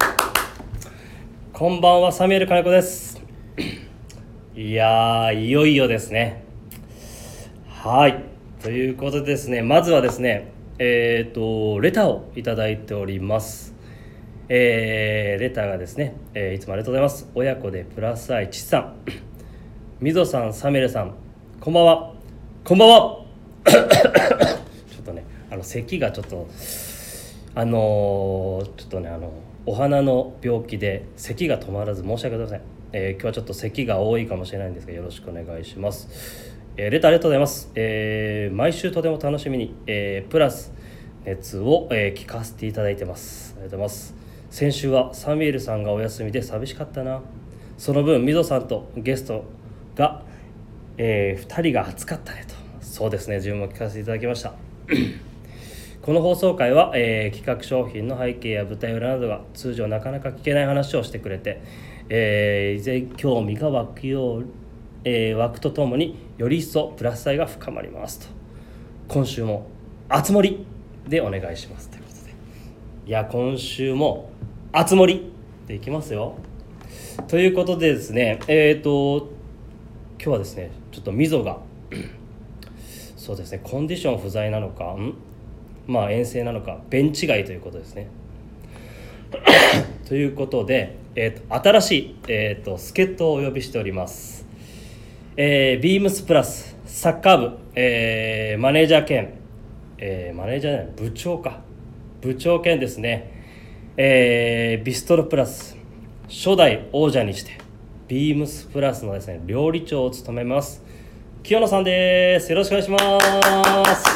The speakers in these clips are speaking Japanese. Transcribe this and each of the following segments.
こんばんは、サミュエル金子です。いやー、いよいよですね。はい、ということでですね、まずはですね、レターをいただいております。レターがですね、いつもありがとうございます。親子でプラス愛ちさん、みぞさん、サミュエルさん、こんばんは。こんばんは。ちょっとね、咳がちょっとお花の病気で咳が止まらず申し訳ございません。今日はちょっと咳が多いかもしれないんですが、よろしくお願いします。レターありがとうございます。毎週とても楽しみに、プラス熱を、聞かせていただいてます。ありがとうございます。先週はサミュエルさんがお休みで寂しかったな。その分みぞさんとゲストが、2人が熱かったねと。そうですね、自分も聞かせていただきましたこの放送回は、企画商品の背景や舞台裏などが通常なかなか聞けない話をしてくれて、以前興味が湧くとともにより一層プラス愛が深まりますと。今週もあつ森でお願いしますということで、いや今週もあつ森でいきますよということでですね、今日はですねちょっとみぞがそうですね、コンディション不在なのか遠征なのかベンチ外ということですねということで、新しい、助っ人をお呼びしております。ビームスプラスサッカー部、マネージャー兼、マネージャーじゃない部長兼ですね、ビストロプラス初代王者にしてビームスプラスのですね料理長を務めます清野さんです。よろしくお願いします。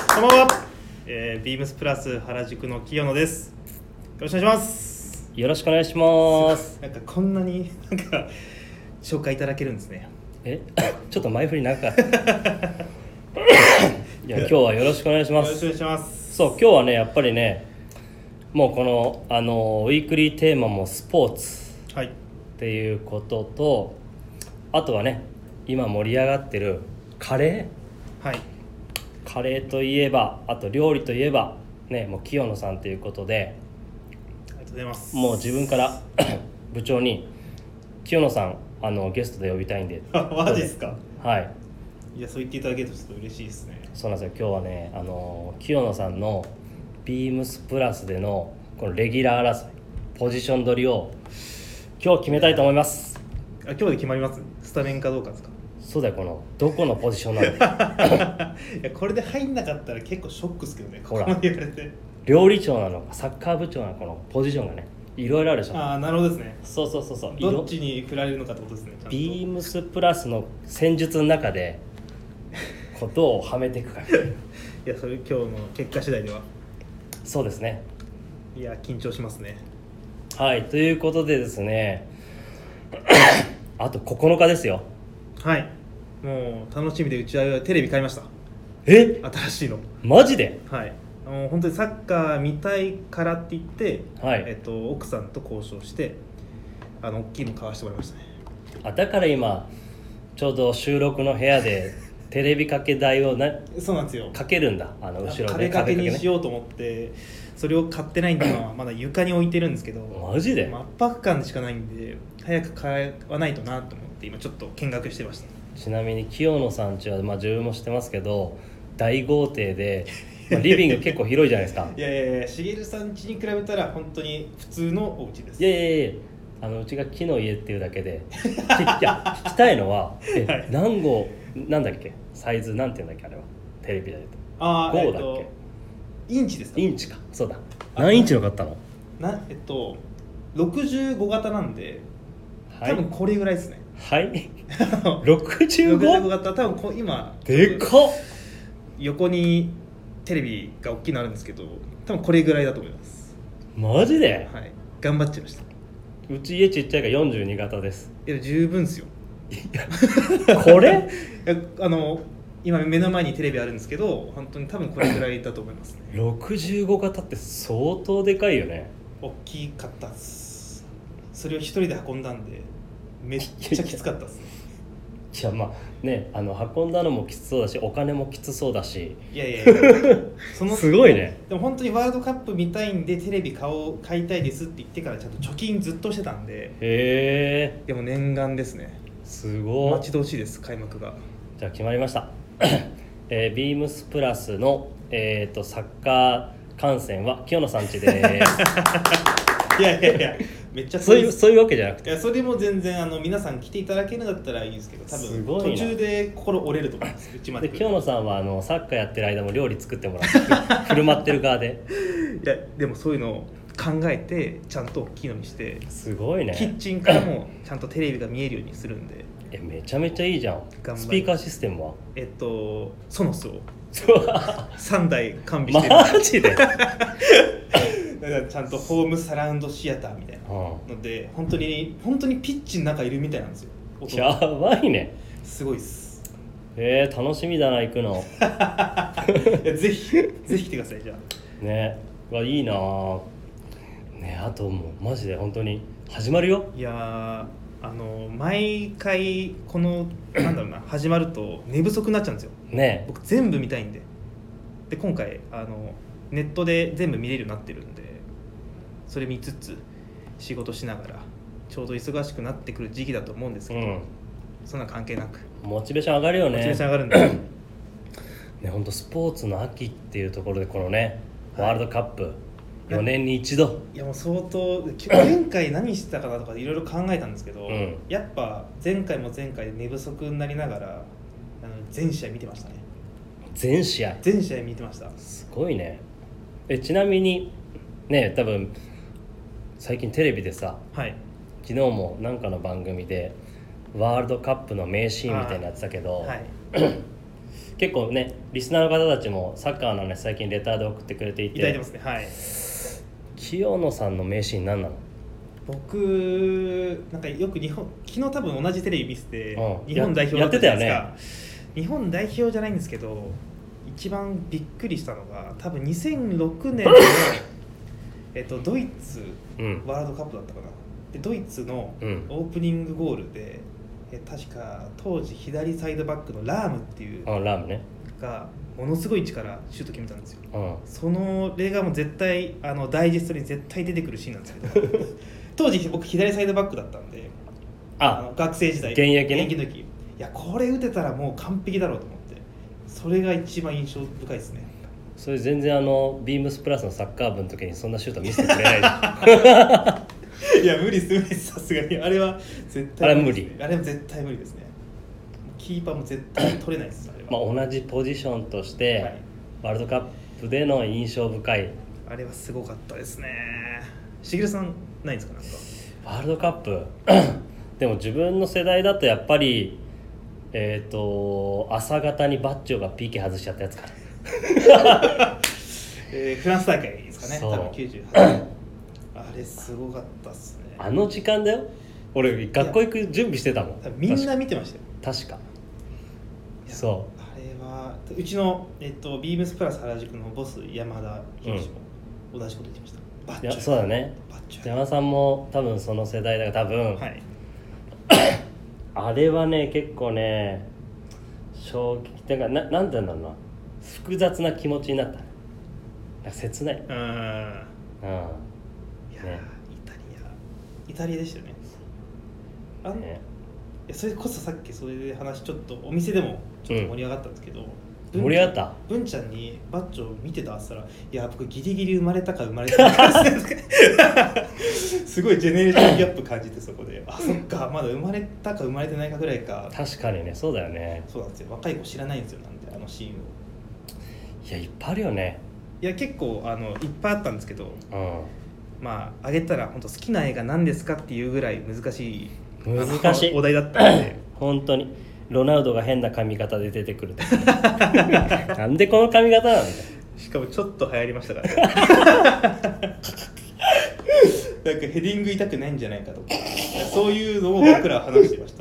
こんばんは。ビームスプラス原宿の清野です。よろしくお願いします。 よろしくお願いします。 なんかこんなに紹介いただけるんですね。 ちょっと前振り長かったいや今日はよろしくお願いします。 よろしくお願いします。 そう、今日はねやっぱりねもうこのウィークリーテーマもスポーツっていうことと、あとはね今盛り上がってるカレーといえば、あと料理といえばね、もう清野さんということで、 ありがとうございます。 もう自分から部長に清野さんゲストで呼びたいんでマジですか。 はい。 いやそう言っていただけるとちょっと嬉しいですね。 そうなんですよ。今日はね清野さんのビームスプラスでのこのレギュラー争いポジション取りを今日決めたいと思います。 今日で決まります。スタメンかどうかですか。 そうだよ、どこのポジションなのいやこれで入んなかったら結構ショックですけどね。 ほらここまで言われて料理長なのかサッカー部長なのか、このポジションがねいろいろあるでしょ。 なるほどですね。 そうどっちに振られるのかってことですね。ちゃんとビームスプラスの戦術の中でどうはめていくかいやそれ今日の結果次第ではそうですね。 いや緊張しますね。 はい、ということでですねあと9日ですよ。 はい、もう楽しみでうちはテレビ買いました。 新しいの。 マジで。 はい、本当にサッカー見たいからって言って、 はい、 奥さんと交渉して大きいの買わせてもらいましたね。 だから今ちょうど収録の部屋でテレビかけ台をそうなんですよ。 かけるんだ、後ろで壁掛けにしようと思ってそれを買ってないんでまだ床に置いてるんですけどマジで圧迫感でしかないんで早く買わないとなと思って今ちょっと見学してました。 ちなみに清野さん家は、自分も知ってますけど大豪邸で、リビング結構広いじゃないですかいやしげるさん家に比べたら本当に普通のお家です。 いやうちが木の家っていうだけで聞きたいのははい、 何号なんだっけサイズなんていうんだっけあれはテレビで言うと5だっけ、 インチですか。 インチか。そうだ、何インチの買ったの 65型なんで、 はい、 多分これぐらいですね。 はい65 65型多分今でかっ。 横にテレビが大きいのあるんですけど多分これぐらいだと思います。 マジで。 はい、頑張っちゃいました。 うち家ちっちゃいから42型です。 いや十分ですよ。 これいや今目の前にテレビあるんですけど、本当に多分これぐらいだと思いますね。 65型って相当でかいよね。 大きかったっす。それを一人で運んだんでめっちゃきつかったっすね。 いやまあね、運んだのもきつそうだし、お金もきつそうだし、 いやすごいね。 でも本当にワールドカップ見たいんでテレビ買いたいですって言ってからちゃんと貯金ずっとしてたんで、 へえ、 でも念願ですね。 すごい。 待ち遠しいです、開幕が。 じゃあ決まりました。ビームスプラスの、サッカー観戦は清野さん家でいやめっちゃそういうわけじゃなくて、 いやそれも全然皆さん来ていただけるんだったらいいんですけど、多すごいな分途中で心折れると思います。うちまでで清野さんはサッカーやってる間も料理作ってもらって振る舞ってる側で。 いやでもそういうのを考えてちゃんと大きいのにして、 すごいね。 キッチンからもちゃんとテレビが見えるようにするんで。 めちゃめちゃいいじゃん。 頑張ります。 スピーカーシステムはソノスを3台完備してる。 マジでだからちゃんとホームサラウンドシアターみたいなので、本当にピッチの中いるみたいなんですよ。音やばいね。 すごいっす。 楽しみだな、行くの。 いやぜひ来てください。じゃあね、いいなね。あともうマジで本当に始まるよ。 いや毎回このなんだろうな始まると寝不足になっちゃうんですよね。 僕全部見たいんで。で今回ネットで全部見れるようになってるんで、それ見つつ仕事しながらちょうど忙しくなってくる時期だと思うんですけど、そんな関係なくモチベーション上がるよね。 モチベーション上がるんでね、本当スポーツの秋っていうところでこのね、ワールドカップ4年に一度。 いやもう相当前回何してたかなとかいろいろ考えたんですけど、やっぱ前回も前回で寝不足になりながら全試合見てましたね。 全試合見てました。 すごいね。ちなみにね、多分最近テレビでさ、 はい、 昨日もなんかの番組でワールドカップの名シーンみたいになってたけど、 はい、 結構ねリスナーの方たちもサッカーの話最近レターで送ってくれていて、 いただいてますね。はい。 清野さんの名シーン何なの？ 僕なんかよく昨日多分同じテレビ見せて、日本代表やってたよね。 日本代表じゃないんですけど、一番びっくりしたのが多分2006年のドイツワールドカップだったかな。でドイツのオープニングゴールで、確か当時左サイドバックのラームっていうラームねがものすごい位置からシュート決めたんですよ。その例がもう絶対ダイジェストに絶対出てくるシーンなんですけど当時僕左サイドバックだったんで、学生時代現役の時、いやこれ打てたらもう完璧だろうと思って、それが一番印象深いですね。 それ全然ビームスプラスのサッカー部の時にそんなシュート見せてくれないじゃんいや無理ですさすがに。あれは絶対無理。 あれは絶対無理ですね。キーパーも絶対取れないです。あれは同じポジションとして、ワールドカップでの印象深い。 あれはすごかったですね。しげるさんないんですか？なんかワールドカップでも自分の世代だとやっぱり朝方にバッジョが PK 外しちゃったやつかなフランス大会ですかね。多分98あれすごかったっすね。 あの時間だよ。俺学校行く準備してたもん。 みんな見てましたよ確か。そうあれはうちの、ビームスプラス原宿のボス山田博士も同じこと言ってました。バッジョ。 いやそうだね。山田さんも多分その世代だから多分、あれはね結構ね衝撃っていうかなんて言うんだろうな、複雑な気持ちになった。切ない。 いや、イタリアでしたよね。いやそれこそさっきそれで話ちょっとお店でもちょっと盛り上がったんですけど、 盛り上がった。 文ちゃんにバッジョ見てたって言ったら、いや僕ギリギリ生まれたか生まれてないかすごいジェネレーションギャップ感じて、そこでそっかまだ生まれたか生まれてないかぐらいか。 確かにね、そうだよね。 そうなんですよ。若い子知らないんですよ。なんであのシーンを。 いやいっぱいあるよね。 いや結構いっぱいあったんですけど、まああげたら本当好きな映画何ですかっていうぐらい難しいお題だったので本当にロナウドが変な髪型で出てくるなんでこの髪型なんだよ。 しかもちょっと流行りましたからねなんかヘディング痛くないんじゃないかとかそういうのを僕ら話してました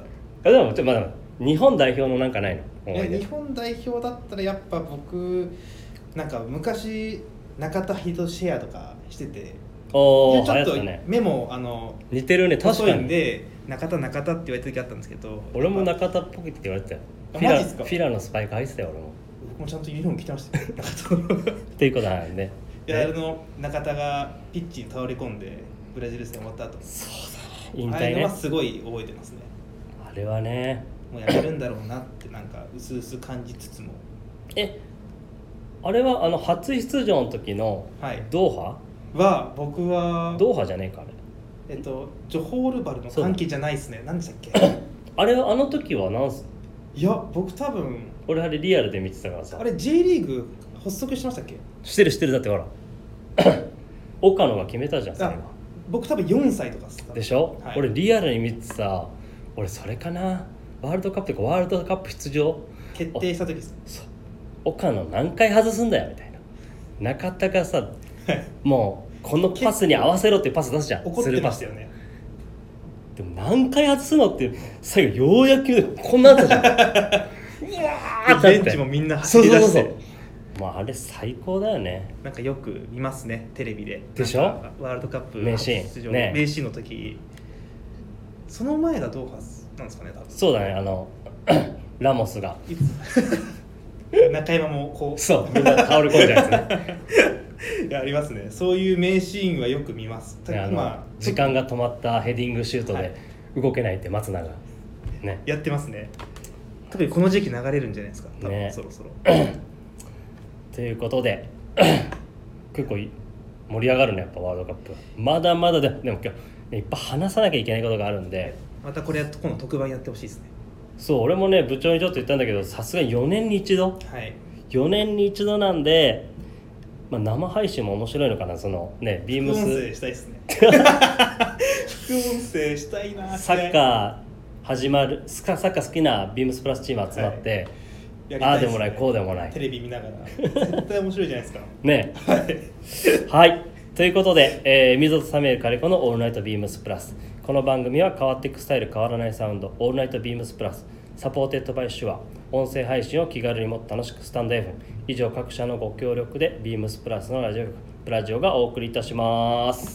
でもまだ日本代表のなんかないの？ いや日本代表だったらやっぱ僕なんか昔中田ヒドシェアとかしてて、 おーちょっと流行ったね。 目も似てるね、確細かに。 いんで中田って言われた時あったんですけど、 俺も中田っぽくって言われてたよ。 あマジっすか？ フィラのスパイク履いてたよ俺も。 僕もちゃんとユニフォーム着てましたよ中田っていうことなんで。 いや中田がピッチに倒れ込んでブラジル戦終わった後、 そうだね、引あれは退ね。 すごい覚えてますね。 あれはね。 もうやめるんだろうなってなんか薄々感じつつも、 あれは初出場の時のはいドーハ、 僕はドーハじゃねえかあれ。 ジョホールバルの関係じゃないですね。何でしたっけあれはあの時はなんす？ いや僕多分俺あれリアルで見てたからさ。 あれ J リーグ発足してましたっけ？ してるだってほら岡野が決めたじゃんそれが。 僕多分4歳とかっすでしょ、 はい、 俺リアルに見てさ、俺それかな、ワールドカップとかワールドカップ出場決定した時です。 そう岡野何回外すんだよみたいな。中田がさもうこのパスに合わせろっていうパス出すじゃん。 怒ってましたよね。 でも何回外すのって最後ようやくこんなったじゃんうわーってベンチもみんな走り出して、 もうあれ最高だよね。 なんかよく見ますねテレビで。 でしょ？ ワールドカップ名シーン出場、 ね、 名シーンの時、その前がドーハなんですかね多分。 そうだね、ラモスが中山もこうそうみんな倒れ込んじゃうやつねいやありますね。そういう名シーンはよく見ます。 時間が止まったヘディングシュートで動けないって松永ねやってますね。特にこの時期流れるんじゃないですか多分、 ね、 そろそろということで結構盛り上がるねやっぱワールドカップ。まだまだでも今日いっぱい話さなきゃいけないことがあるんで、 またこれ今度特番やってほしいですね。 そう俺もね部長にちょっと言ったんだけど、さすがに4年に一度、 はい、 4年に一度なんで、生配信も面白いのかな、そのねビームス副音声したいですね副音声したいな。 サッカー始まるサッカー好きなビームスプラスチーム集まって、 はい、 ああでもないこうでもないテレビ見ながら絶対面白いじゃないですかねはい、はい、ということで、溝とサミュエル金子のオールナイトビームスプラス。この番組は変わっていくスタイル変わらないサウンドオールナイトビームスプラスサポーテッドバイシュア、音声配信を気軽にもっと楽しくスタンド FM 以上各社のご協力でビームスプラスのラジオがお送りいたします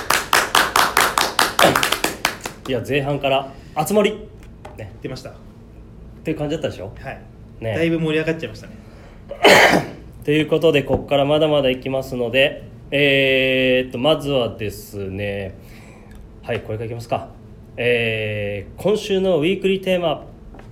いや前半から熱盛ね出ましたっていう感じだったでしょ。 はい、 ね、 だいぶ盛り上がっちゃいましたねということでここからまだまだいきますので、まずはですね、はいこれからいきますか。今週のウィークリーテーマ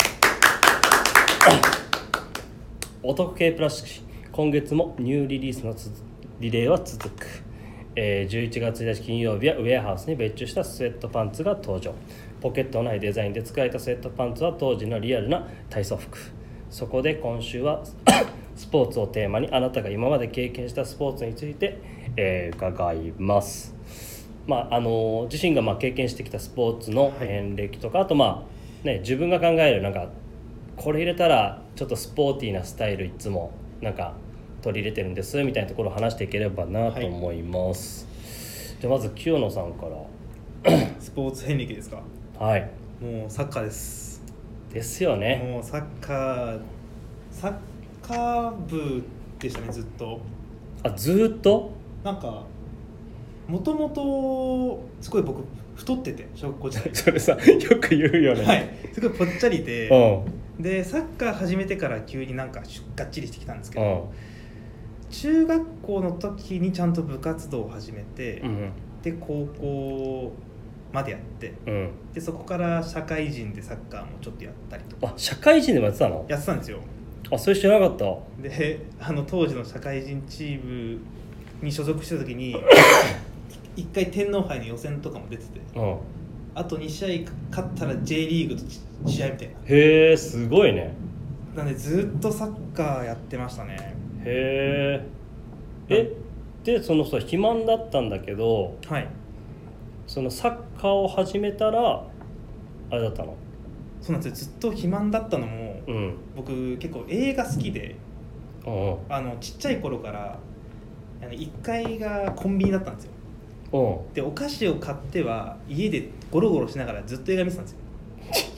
お得系プラスチック、今月もニューリリースのリレーは続く。11月1日金曜日はウェアハウスに別注したスウェットパンツが登場。ポケットないデザインで作られたスウェットパンツは当時のリアルな体操服。そこで今週はスポーツをテーマにあなたが今まで経験したスポーツについて、伺います。自身が経験してきたスポーツの遍歴とか、あと自分が考えるなんかこれ入れたらちょっとスポーティーなスタイルいつもなんか取り入れてるんですみたいなところを話していければなと思います、はい、じゃあまず清野さんからスポーツ遍歴ですか。 はい、 もうサッカーですよね。 もうサッカー部でしたねずっと。 ずっとなんかもともとすごい僕太ってて小学校時代それさよく言うよね。 はい、すごいぽっちゃりで、でサッカー始めてから急になんかがっちりしてきたんですけど、中学校の時にちゃんと部活動を始めて、で高校までやって、でそこから社会人でサッカーもちょっとやったりとか。 社会人でもやってたの？ やってたんですよ。 それ知らなかった。 で当時の社会人チームに所属してた時に一回天皇杯の予選とかも出てて、あと2試合勝ったら J リーグと試合みたいな。 へえ、すごいね。 なんでずっとサッカーやってましたね。 へえ。でその人肥満だったんだけど、 はい、 そのサッカーを始めたらあれだったの？ そうなんですよ。ずっと肥満だったのも、僕結構映画好きで、ちっちゃい頃から1階がコンビニだったんですよ。でお菓子を買っては家でゴロゴロしながらずっと映画見てたんですよ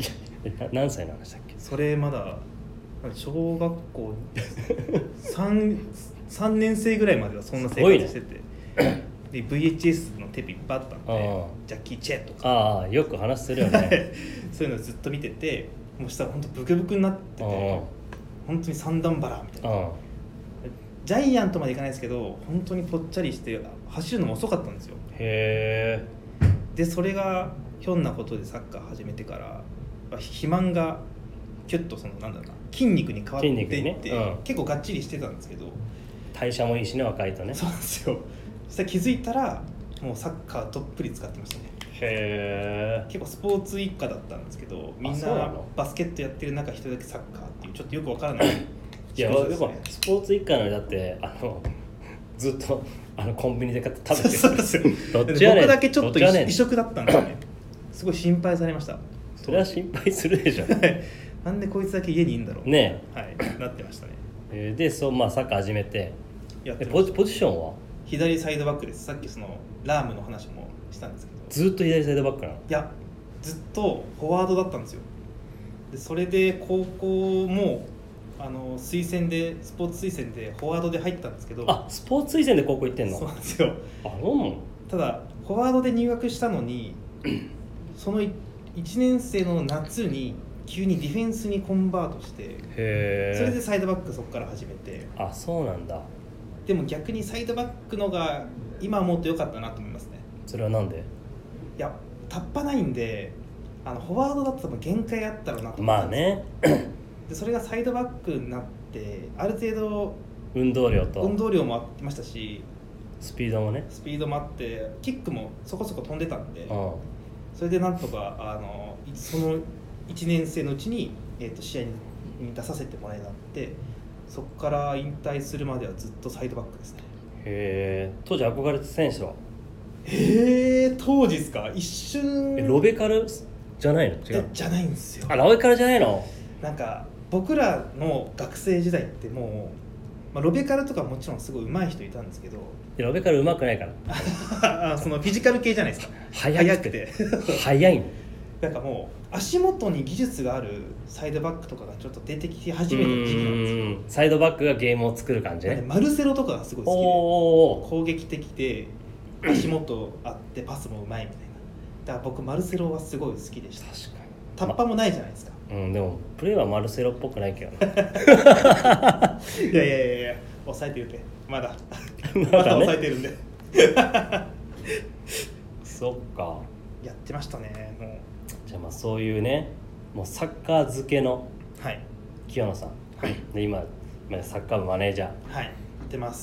何歳の話だっけ？ それまだ小学校 3年生ぐらいまではそんな生活してて、で VHS のテープいっぱいあったんで、ジャッキー・チェンとかよく話するよねそういうのずっと見てて、もうしたら本当ブクブクになってて、本当に三段腹みたいな、ジャイアントまでいかないですけど本当にぽっちゃりして走るのも遅かったんですよ。 へー。でそれがひょんなことでサッカー始めてから肥満がキュッとなんだろうな、筋肉に変わっていって、ね、結構がっちりしてたんですけど、 代謝もいいしね、若いとね。 そうなんですよ。そしたら気づいたらもうサッカーどっぷり使ってましたね。 へー。 結構スポーツ一家だったんですけど、みんなバスケットやってる中一人だけサッカーっていうちょっとよくわからないいやでもスポーツ一家なのにだってずっとコンビニで買って食べてる。 そうですよ。どっちやねん。僕だけちょっと異色だったんですよね。すごい心配されました。 それは心配するでしょなんでこいつだけ家にいるんだろうねえ、はい、なってましたね。 でサッカー始めてやってポジションは左サイドバックです。さっきラームの話もしたんですけど、 ずっと左サイドバックなの？ いやずっとフォワードだったんですよ。でそれで高校も推薦でスポーツ推薦でフォワードで入ったんですけど。 スポーツ推薦で高校行ってんの？ そうなんですよ。ただフォワードで入学したのにその1年生の夏に急にディフェンスにコンバートして、それでサイドバックそこから始めて。 そうなんだ。 でも逆にサイドバックのが今思うと良かったなと思いますね。 それはなんで？ いやタッパないんでフォワードだと多分限界あったろうなと思ったんですよ。 まあねでそれがサイドバックになってある程度運動量もありましたし、 スピードもあってキックもそこそこ飛んでたんで、それでなんとかその1年生のうちに、試合に出させてもらえなって、そこから引退するまではずっとサイドバックですね。 へー。当時憧れた選手は？ 当時ですか？一瞬ロベカルじゃないの？違うじゃないんですよ。 ロベカルじゃないの？ なんか僕らの学生時代ってもう、ロベカルとかもちろんすごい上手い人いたんですけど、 ロベカル上手くないからそのフィジカル系じゃないですか。 速くて速いの。 なんかもう足元に技術があるサイドバックとかがちょっと出てき始めた時期なんですよ。 サイドバックがゲームを作る感じね。 マルセロとかがすごい好きで、攻撃的で足元あってパスもうまいみたいな。だから僕マルセロはすごい好きでした。 確かにタッパもないじゃないですか。 でもプレーはマルセロっぽくないけどねいや抑えてるってまだ抑えてるんでそっか、 やってましたね。もうじゃあそういうね、もうサッカー漬けの清野さん、で今サッカー部マネージャーやってます。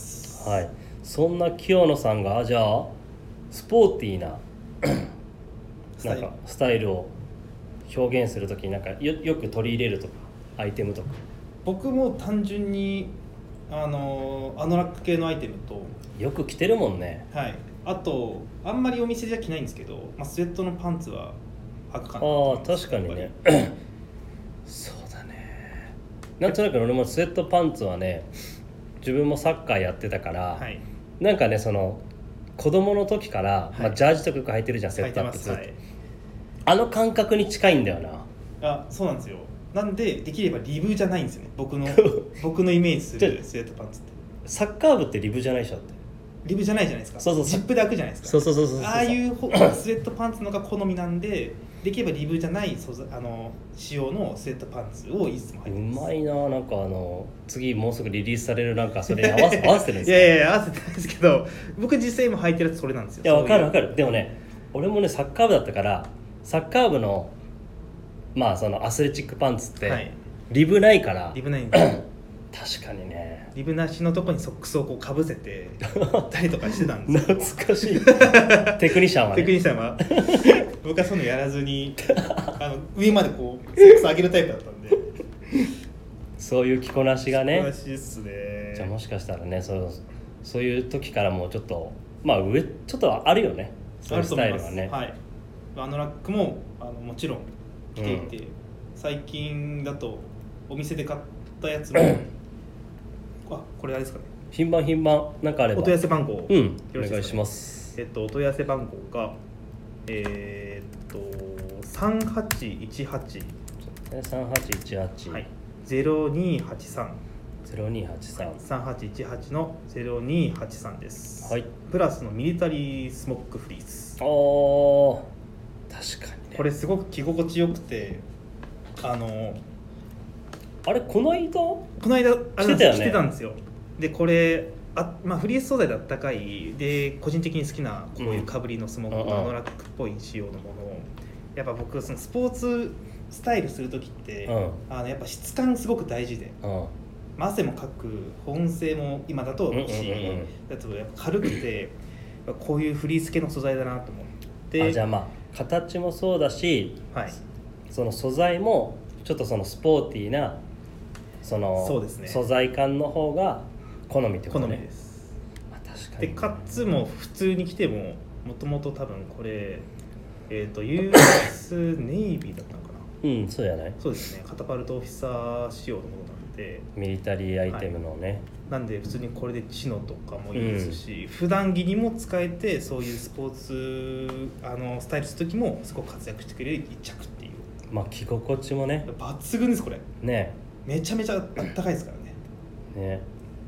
そんな清野さんがじゃあスポーティーななんかスタイルを表現するときになんか よく取り入れるとかアイテムとか。僕も単純にアノラック系のアイテムとよく着てるもんね。 あとあんまりお店じゃ着ないんですけど、スウェットのパンツは履くかなと思います。 確かにねそうだね。なんとなく俺もスウェットパンツはね、自分もサッカーやってたから、なんかね子供の時から、ジャージとかよく履いてるじゃん、セットアップずっと、あの感覚に近いんだよな。 そうなんですよ。なんでできればリブじゃないんですよね、僕のイメージするスウェットパンツって。 サッカー部ってリブじゃないでしょって。 リブじゃないじゃないですか。ジップで開くじゃないですか。 そうああいうスウェットパンツのが好みなんで、できればリブじゃない仕様のスウェットパンツをいつも履いてます。 うまいな。なんか次もうすぐリリースされるなんかそれ合わせてるんですか？ いや合わせてないですけど、僕実際今履いてるやつそれなんですよ。 いや分かる。でもね、俺もねサッカー部だったから、サッカー部のそのアスレチックパンツって、リブないから。 リブないんで確かにね、 リブなしのとこにソックスをこうかぶせてたりとかしてたんですよ。懐かしいテクニシャンは僕はそういうのやらずに上までこうソックス上げるタイプだったんでそういう着こなしがね。 着こなしですね。 じゃあもしかしたらね、そういう時からもうちょっと上ちょっとあるよね、そういうスタイルはね。 アノラックももちろん着ていて、最近だとお店で買ったやつもこれあれですかね、 品番なんかあればお問い合わせ番号、 お願いします。 お問い合わせ番号が3818 3818、 はい、0283 0283、 3818の0283です。 はい。 プラスのミリタリースモックフリース。 おー、確かにね。 これすごく着心地よくて、あれこの間着てたよね。着てたんですよ。でこれフリース素材であったかいで、個人的に好きなこういうかぶりのスモーク、ノラックっぽい仕様のものを、やっぱ僕そのスポーツスタイルする時って、やっぱ質感すごく大事で、汗もかく、保温性も今だといいし、だとやっぱ軽くてこういうフリース系の素材だなと思って。 じゃあ形もそうだし、 はい、 その素材もちょっとそのスポーティーなそうですね、 素材感の方が好みってことね。 好みです。 確かに。 でかつも普通に着ても、もともと多分これUS ネイビーだったのかな。 そうやない。 そうですね、カタパルトオフィサー仕様のものなんで、 ミリタリーアイテムのね、はい、 なんで普通にこれでチノとかもいいですし、普段着にも使えて、そういうスポーツスタイルする時もすごく活躍してくれる一着っていう。 着心地もね抜群です。これね、 めちゃめちゃあったかいですからね。 ね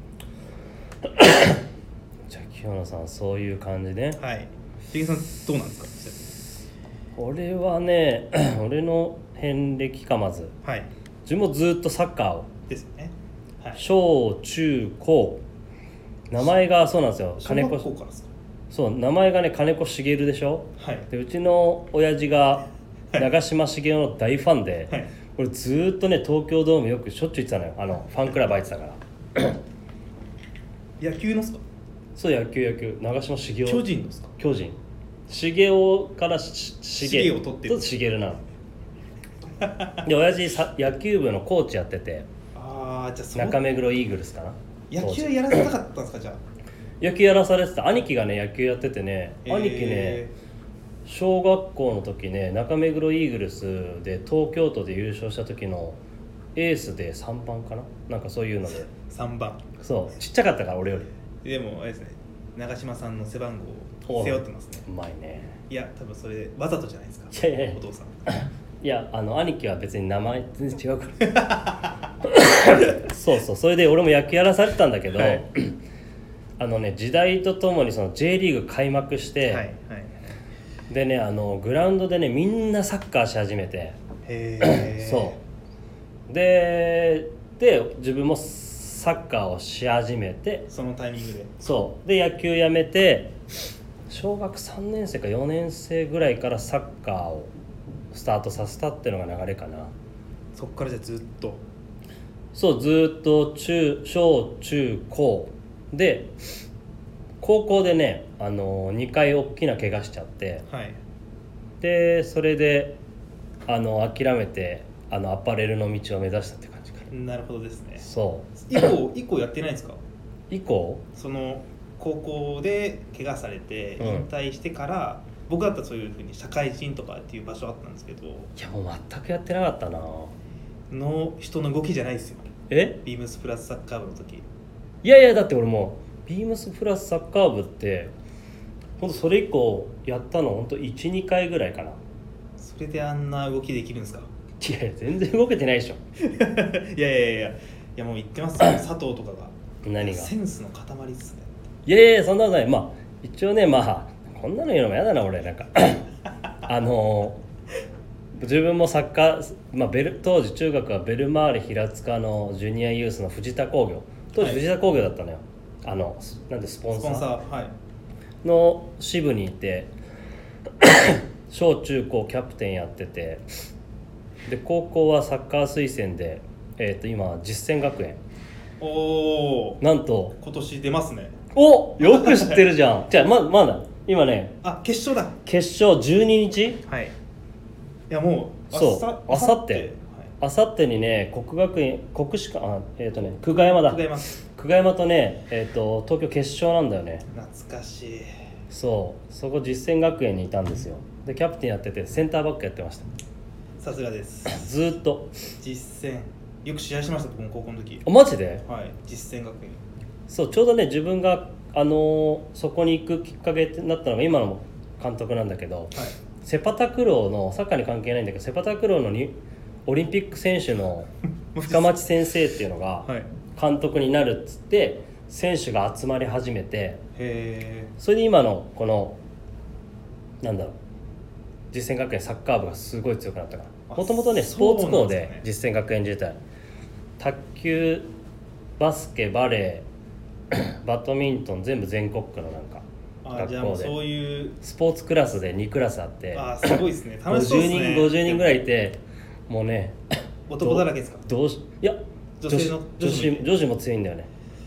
じゃあ清野さんそういう感じね。 はい。ひげさんどうなんですか。 俺はね俺の遍歴か、まず、 はい、 自分もずっとサッカーをですね、はい、 小中高、名前がそうなんですよ。 小学校からですか。 そう、名前がね金子茂でしょ、 はい、 でうちの親父が長嶋茂雄の大ファンで、はい、俺ずっとね東京ドームよくしょっちゅう行ってたのよ。ファンクラブ入ってたから野球のっすか。 そう、野球長嶋茂雄。 巨人のっすか。 巨人。茂雄から茂を取ってる。 茂なで親父野球部のコーチやってて、 じゃあ中目黒イーグルスかな。 野球やらせたかったんですか。じゃあ野球やらされてた。兄貴がね野球やっててね、兄貴ね小学校の時ね中目黒イーグルスで東京都で優勝した時のエースで3番かな、なんかそういうので 3番。 そうちっちゃかったから俺より。 でもあれですね、長嶋さんの背番号を背負ってますね。 うまいね。 いや多分それわざとじゃないですか。 いやお父さんいや兄貴は別に名前全然違うからそうそれで俺も野球やらされてたんだけど、はい、時代とともにその J リーグ開幕して、はいはい、でねグラウンドでねみんなサッカーし始めて、そうで自分もサッカーをし始めて、 そのタイミングでそうで野球やめて小学3年生か4年生ぐらいからサッカーをスタートさせたっていうのが流れかな。 そっからじゃあずっと。 そう、ずっと小中高で、高校でね2回大きな怪我しちゃって、はい、でそれで諦めてアパレルの道を目指したって感じかな。 なるほどですね。 そう以降やってないんですか。 以降その高校で怪我されて引退してから、僕だったらそういう風に社会人とかっていう場所あったんですけど、いやもう全くやってなかったな。 の人の動きじゃないですよ。ビームスプラスサッカー部の時。 いやだって俺もうビームスプラスサッカー部ってほんとそれ以降やったのほんと 1,2 回ぐらいかな。 それであんな動きできるんですか。 いや全然動けてないでしょいやもう言ってますよ佐藤とかが。 何がセンスの塊っすね。 いやそんなことない。一応ねこんなの言うのもやだな俺なんか自分もサッカー、当時中学はベルマーレ平塚のジュニアユースの藤田工業、当時藤田工業だったのよ、なんでスポンサーの支部にいて小中高キャプテンやってて、で高校はサッカー推薦で、今実践学園。なんと今年出ますね。 よく知ってるじゃん。じゃあまだ今ね決勝だ。 決勝12日。 はい。いやもうあさってにね国学院久我山だ。久我山とね東京決勝なんだよね。 懐かしい。 そこ実践学園にいたんですよ。でキャプテンやっててセンターバックやってました。 さすがです。 ずっと実践よく試合しました。僕も高校の時。 マジで。 はい、実践学園。 そうちょうどね自分がそこに行くきっかけになったのが今の監督なんだけど、はい、セパタクローのサッカーに関係ないんだけどセパタクローのオリンピック選手の深町先生っていうのが監督になるっつって選手が集まり始めて、それで今のこのなんだろう実践学園サッカー部がすごい強くなったから。もともとねスポーツ校で実践学園自体、卓球、バスケ、バレー、バドミントン全部全国区のなんか学校で、そういうスポーツクラスで2クラスあって、 すごいですね。楽しそうですね。 50人ぐらいいて、もうね男だらけですか？ いや女子も強いんだよね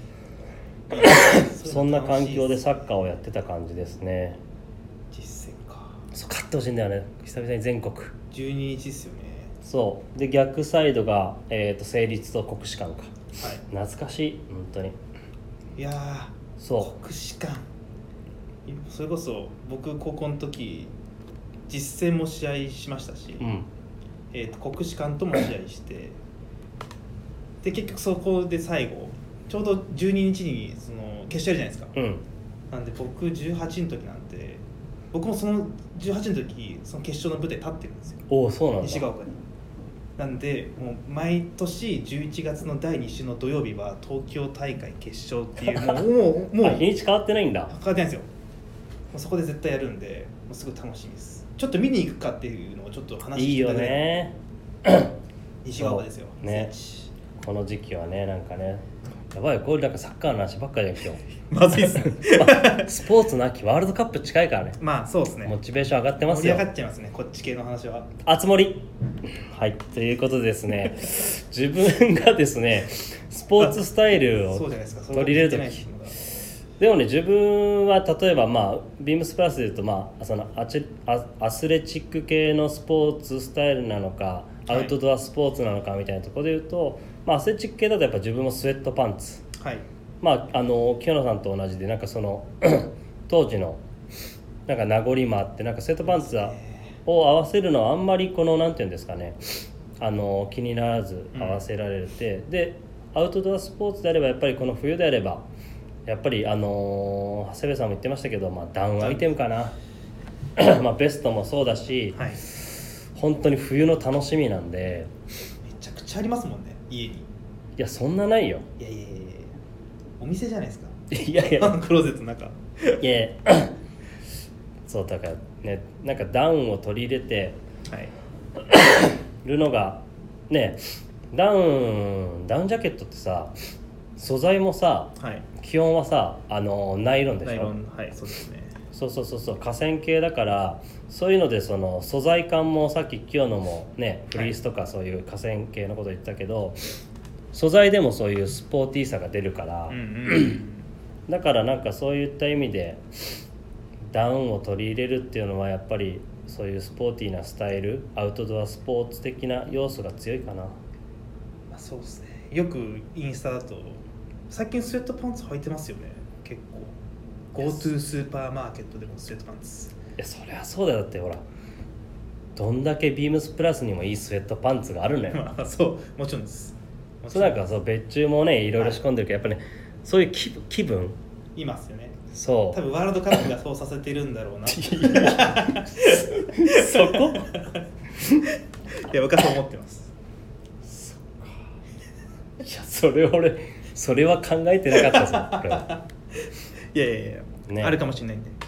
そんな環境でサッカーをやってた感じですね。 実践か。 そう勝ってほしいんだよね、久々に全国。 12日ですよね。 そうで逆サイドが、成立と国士舘か、懐かしい本当に。 いやそう国士舘、それこそ僕高校の時実践も試合しましたし、国士舘とも試合してで結局そこで最後ちょうど12日にその決勝やるじゃないですか、なんで僕18の時なんで僕もその18の時その決勝の舞台立ってるんですよ。 そうなんだ。 西が丘に。なんでもう毎年11月の第2週の土曜日は東京大会決勝っていうもう日にち変わってないんだ。 変わってないんですよ。もうそこで絶対やるんでもうすごい楽しみです。ちょっと見に行くかっていうのをちょっと話していただいて。いいよね西が丘ですよね。 この時期はねなんかねやばい、これなんかサッカーの話ばっかりだよ今日まずいっすねスポーツの秋ワールドカップ近いからね。 そうですね。 モチベーション上がってますよ。 盛り上がっちゃいますねこっち系の話は。 あつ森はいということでですね自分がですねスポーツスタイルを取り入れるときでもね自分は例えばビームスプラスでいうとそのアスレチック系のスポーツスタイルなのかアウトドアスポーツなのかみたいなところでいうと、アスレチック系だとやっぱ自分もスウェットパンツ、清野さんと同じでなんかその当時のなんか名残もあってなんかスウェットパンツを合わせるのはあんまりこのなんていうんですかね気にならず合わせられて、でアウトドアスポーツであればやっぱりこの冬であればやっぱり長谷部さんも言ってましたけど、ダウンアイテムかなベストもそうだし、本当に冬の楽しみなんで。 めちゃくちゃありますもんね家に。 いやそんなないよ。 いやお店じゃないですか。 いやクローゼットの中。 いやそうだからねなんかダウンを取り入れてるのがね、ダウンジャケットってさ素材もさ、基本はさナイロンでしょ。 ナイロン、そうですね。 そう河川系だからそういうのでその素材感もさっき清野もねフリースとかそういう河川系のこと言ったけど、素材でもそういうスポーティーさが出るから、だからなんかそういった意味でダウンを取り入れるっていうのはやっぱりそういうスポーティーなスタイルアウトドアスポーツ的な要素が強いかな。 そうですね。よくインスタだと最近スウェットパンツ履いてますよね結構。 GoTo スーパーマーケットでもスウェットパンツ。 いやそりゃそうだよ。だってほらどんだけビームスプラスにもいいスウェットパンツがあるのよそうもちろんです。 そうなんかそう別注もねいろいろ仕込んでるけど、やっぱねそういう気分いますよね。 そう多分ワールドカップがそうさせてるんだろうなそこいや僕はそう思ってます。 いやそれは考えてなかったぞいや、ね、あるかもしれないんで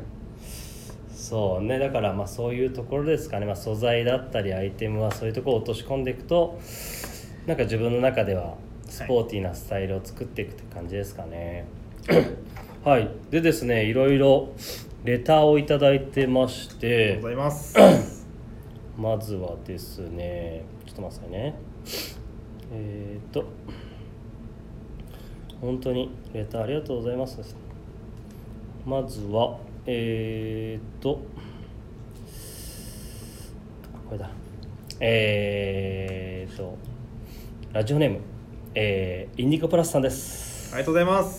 そうね。だからそういうところですかね。素材だったりアイテムはそういうところを落とし込んでいくとなんか自分の中ではスポーティーなスタイルを作っていくって感じですかねはいでですねいろいろレターをいただいてまして、 ありがとうございますまずはですねちょっと待ってくださいね。本当にレターありがとうございます。まずはこれだラジオネーム、インディゴプラスさんです。 ありがとうございます。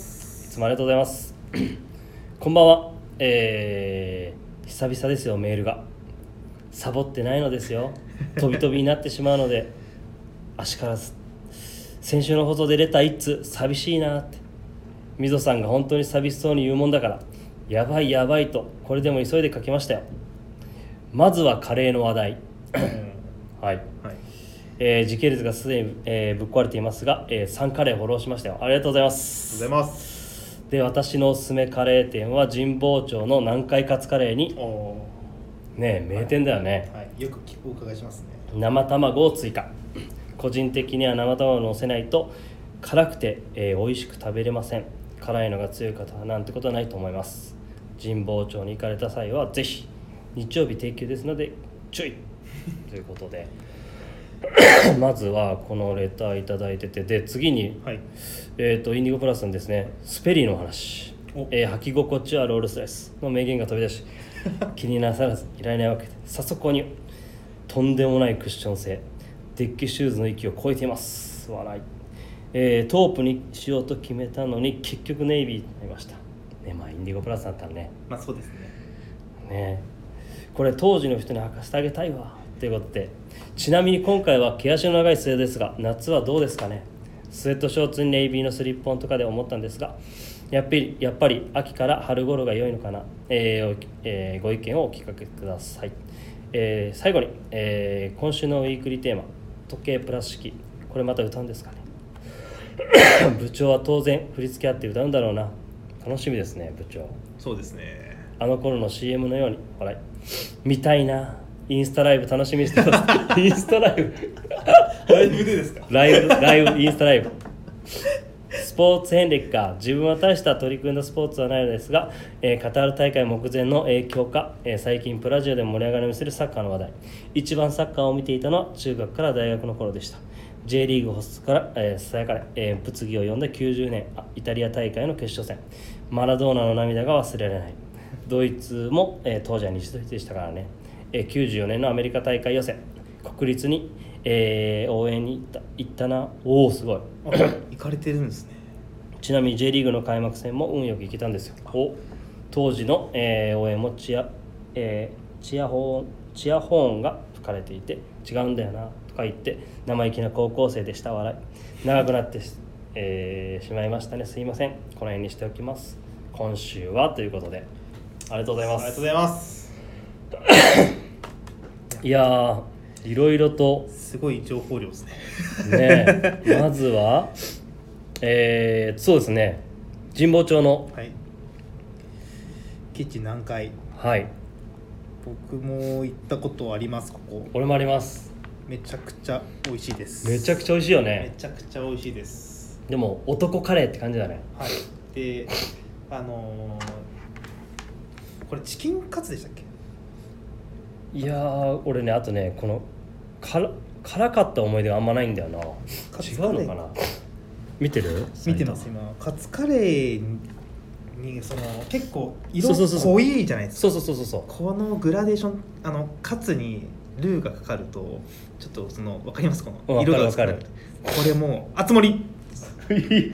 いつもありがとうございますこんばんは。久々ですよメールが。サボってないのですよ。飛び飛びになってしまうので足からず先週の放送でレター1通寂しいなってみぞさんが本当に寂しそうに言うもんだからやばいとこれでも急いで書きましたよ。まずはカレーの話題はい、 時系列がすでに、ぶっ壊れていますが、サンカレーフォローしましたよ。ありがとうございます。 ありがとうございます。 で、私のおすすめカレー店は神保町の南海カツカレーにね、名店だよね、 はいはい、よくお伺いしますね。 生卵を追加。個人的には生卵を乗せないと辛くて、美味しく食べれません。辛いのが強い方はなんてことはないと思います。神保町に行かれた際はぜひ。日曜日定休ですので注意ということでまずはこのレターいただいてて、で次に、 はい、 インディゴプラスのですね、スペリーの話、履き心地はロールスライスの名言が飛び出し気になさらずいられないわけで、早速購入。とんでもないクッション性、デッキシューズの域を超えています。笑い。トープにしようと決めたのに結局ネイビーになりましたね。まあインディゴプラスだったらね、 まあそうですね。 ね、これ当時の人に履かせてあげたいわということで、ちなみに今回は毛足の長いスウェードですが、夏はどうですかね。スウェットショーツにネイビーのスリッポンとかで思ったんですが、やっぱり秋から春頃が良いのかな。ご意見をお聞かせください。最後に、今週のウィークリーテーマ、時計プラス式、これまた歌うんですかね部長は当然振り付けあって歌うんだろうな。楽しみですね、部長。 そうですね。 あの頃の CM のように笑い見たいな。インスタライブ楽しみにしてますインスタライブライブでですか。 ライブインスタライブ。スポーツ遍歴か。自分は大した取り組んだスポーツはないのですが、カタール大会目前の影響か、最近プラジオで盛り上がりを見せるサッカーの話題。一番サッカーを見ていたのは中学から大学の頃でした。J リーグ発足からさやかれ、物議を呼んだ90年イタリア大会の決勝戦、マラドーナの涙が忘れられない。ドイツも、当時は西ドイツでしたからね。94年のアメリカ大会予選、国立に、応援に行ったな。おお、すごい行かれてるんですね。 ちなみに J リーグの開幕戦も運よく行けたんですよ。当時の、応援もチアホーンが吹かれていて、違うんだよなとか言って生意気な高校生でした。笑い。長くなって、しまいましたね。すいません。この辺にしておきます。今週はということでありがとうございます。 ありがとうございます。 いやー、いろいろとすごい情報量ですね。まずはそうですね、神保町の、 はい、キッチン南海、 はい、 僕も行ったことあります。ここ俺もあります。 めちゃくちゃ美味しいです。 めちゃくちゃ美味しいよね。 めちゃくちゃ美味しいです。 でも男カレーって感じだね。 はい。でこれチキンカツでしたっけ。 いやー、俺ね、あとね、この辛かった思い出があんまないんだよな。違うのかな。見てる？ 見てます。今カツカレーにその結構色そう濃いじゃないですか。 そうこのグラデーション、カツにルーがかかるとちょっとその分かります？この色が分かる。 これもう熱盛違い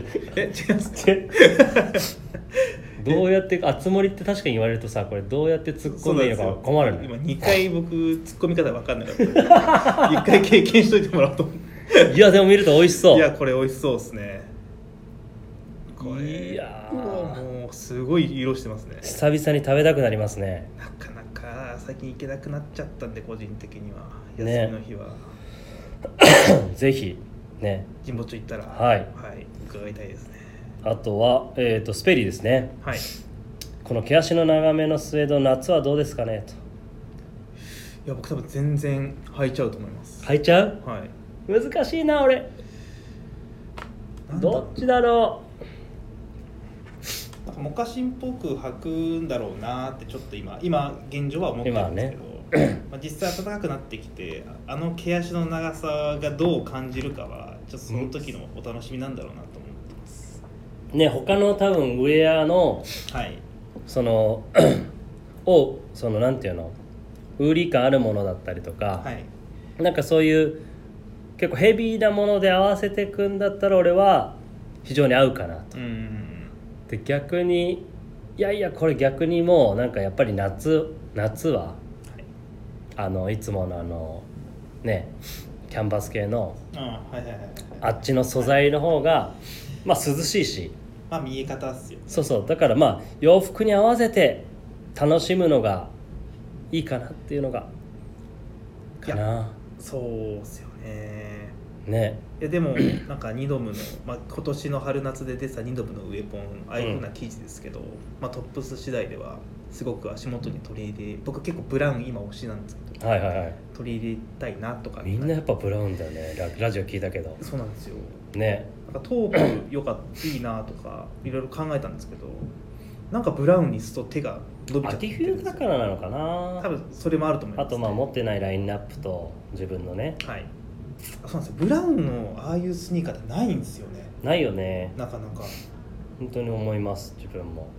ますどうやって熱盛って確かに言われるとさ、これどうやって突っ込んでいいのか困るね。 今2回僕突っ込み方分かんなかった1回経験しといてもらおうと思っていやでも見ると美味しそう。 いやこれ美味しそうですね。これいやもうすごい色してますね。 久々に食べたくなりますね。 なかなか最近行けなくなっちゃったんで、個人的には休みの日は、 ね、ぜひね、 神保町行ったらはい伺いたいですね。 あとは、スペリーですね。 はい。 この毛足の長めのスウェード、夏はどうですかねと。 いや僕多分全然履いちゃうと思います。 履いちゃう？ はい。 難しいな俺。どっちだろう。なんかモカシンっぽく履くんだろうなってちょっと今現状は思ってるんですけど、まあ、実際暖かくなってきて毛足の長さがどう感じるかはちょっとその時のお楽しみなんだろうなと思ってます。 ね、他の多分ウェアの、 はい、 そのなんていうの、ウーリー感あるものだったりとか、 はい、 なんかそういう結構ヘビーなもので合わせていくんだったら俺は非常に合うかなと。で逆にこれ逆にもうなんかやっぱり夏は、はい、いつものねキャンバス系のあっちの素材の方がまあ涼しいし、 まあ見え方っすよね。 そうだからまあ洋服に合わせて楽しむのがいいかなっていうのがかな。 そうっすよね。 ね。 いやでもなんかニドムの、今年の春夏で出たニドムのウェポンああいう風な記事ですけど、トップス次第ではすごく足元に取り入れ、僕結構ブラウン今推しなんですけど、 はいはいはい。 取り入れたいなとか。 みんなやっぱブラウンだよね。ラジオ聞いたけど。 そうなんですよね。 なんかトークよかったいいなとかいろいろ考えたんですけど、なんかブラウンにすると手が伸びちゃって秋冬だからなのかな。 多分それもあると思います、 あと持ってないラインナップと自分のね。 はい。そうなんですよ。ブラウンのああいうスニーカーってないんですよね。 ないよね。 なかなか。 本当に思います自分も。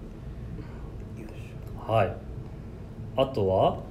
はい。あとは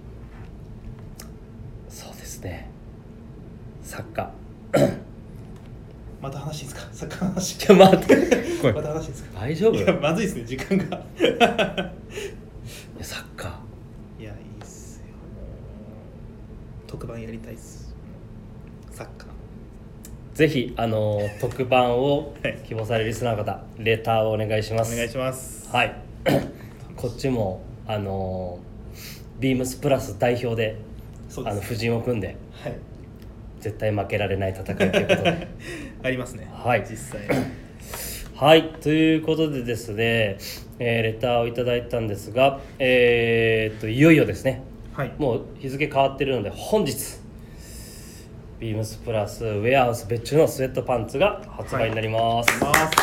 そうですね。サッカー。 また話ですか？サッカーの話。 ちょ待ってこれまた話ですか？ 大丈夫？ いやまずいですね時間が。 いやサッカいやいいっすよ。もう特番やりたいっす。サッカー。 ーぜひ特番を希望されるリスナーの方レターをお願いします。 お願いします。 はい。こっちもビームスプラス代表で布陣を組んで、 はい、 絶対負けられない戦いということでありますね。 はい、 実際はいということでですね、レターをいただいたんですが、いよいよですね、 はい、 もう日付変わってるので本日ビームスプラスウェアハウス別注のスウェットパンツが発売になります、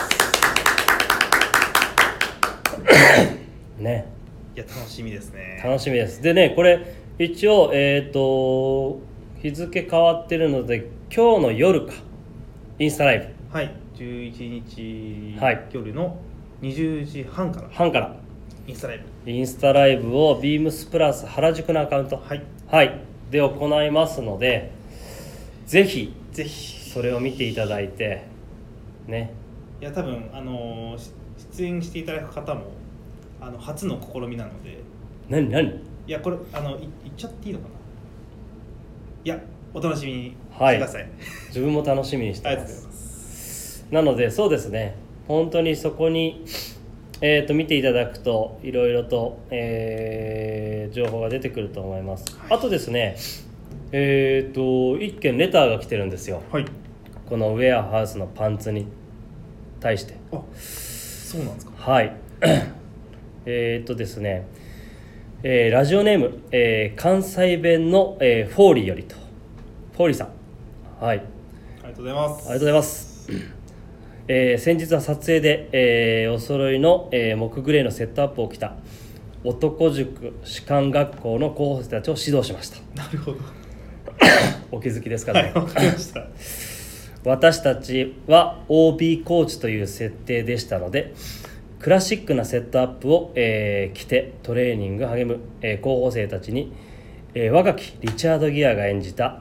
ね。 いや楽しみですね。 楽しみです。でねこれ一応日付変わってるので今日の夜かインスタライブ、 はい11日、 はい、 夜の20時半からインスタライブをビームスプラス原宿のアカウント、 はい、 はい、で行いますのでぜひそれを見ていただいてね。 いや多分出演していただく方も初の試みなので。 何いやこれ言っちゃっていいのかな。いやお楽しみにしてください、はい、 自分も楽しみにしてます。なのでそうですね本当にそこに見ていただくといろいろと、情報が出てくると思います、はい、あとですね1件レターが来てるんですよ、はい、このウェアハウスのパンツに対して。 あ、そうなんですか。 はいですね、ラジオネーム、関西弁の、フォーリーよりと。フォーリーさん、はい、ありがとうございます。 ありがとうございます。先日は撮影で、お揃いの、木グレーのセットアップを着た男塾士官学校の候補生たちを指導しました。 なるほど。 お気づきですかね。 はい、わかりました。 私たちは OB コーチという設定でしたのでクラシックなセットアップを、着てトレーニング励む、候補生たちに、若きリチャード・ギアが演じた、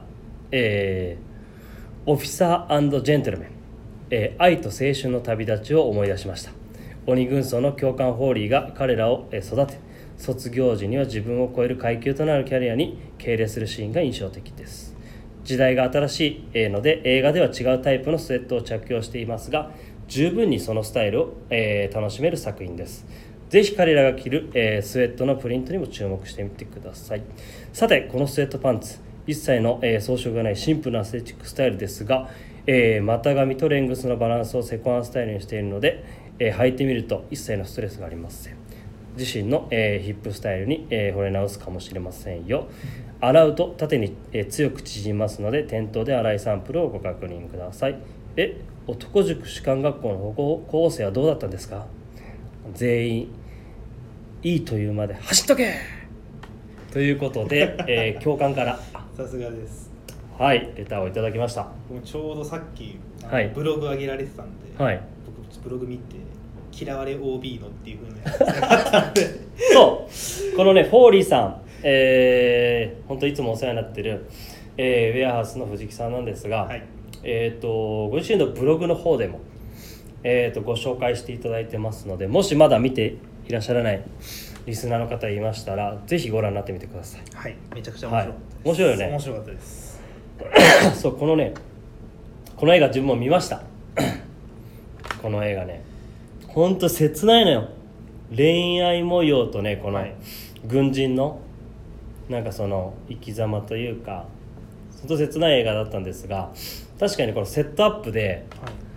オフィサー&ジェントルメン、愛と青春の旅立ちを思い出しました。鬼軍曹の教官ホーリーが彼らを、育て卒業時には自分を超える階級となるキャリアに敬礼するシーンが印象的です。時代が新しいので映画では違うタイプのスウェットを着用していますが十分にそのスタイルを、楽しめる作品です。ぜひ彼らが着る、スウェットのプリントにも注目してみてください。さてこのスウェットパンツ一切の、装飾がないシンプルなアスレチックスタイルですが、股上とレングスのバランスをセコアンスタイルにしているので、履いてみると一切のストレスがありません。自身の、ヒップスタイルに、惚れ直すかもしれませんよ。洗うと縦に、強く縮みますので店頭で洗いサンプルをご確認ください。男塾士官学校の候補生はどうだったんですか？全員いいというまで走っとけということで、教官からさすがです。 はいレターをいただきました。 もうちょうどさっき、 はい、 ブログ上げられてたんで、 はい、 僕ブログ見て嫌われ OB のっていう風なやつがあったんでそうこのねフォーリーさん、本当いつもお世話になってる、ウェアハウスの藤木さんなんですが、はい、ご自身のブログの方でも、ご紹介していただいてますのでもしまだ見ていらっしゃらないリスナーの方いましたらぜひご覧になってみてください。 はい、めちゃくちゃ面白かったです、はい、 面白いよね。 面白かったですそうこの映画自分も見ましたこの映画ねほんと切ないのよ。恋愛模様とねこの軍人のなんかその生き様というか本当切ない映画だったんですが、確かにこのセットアップで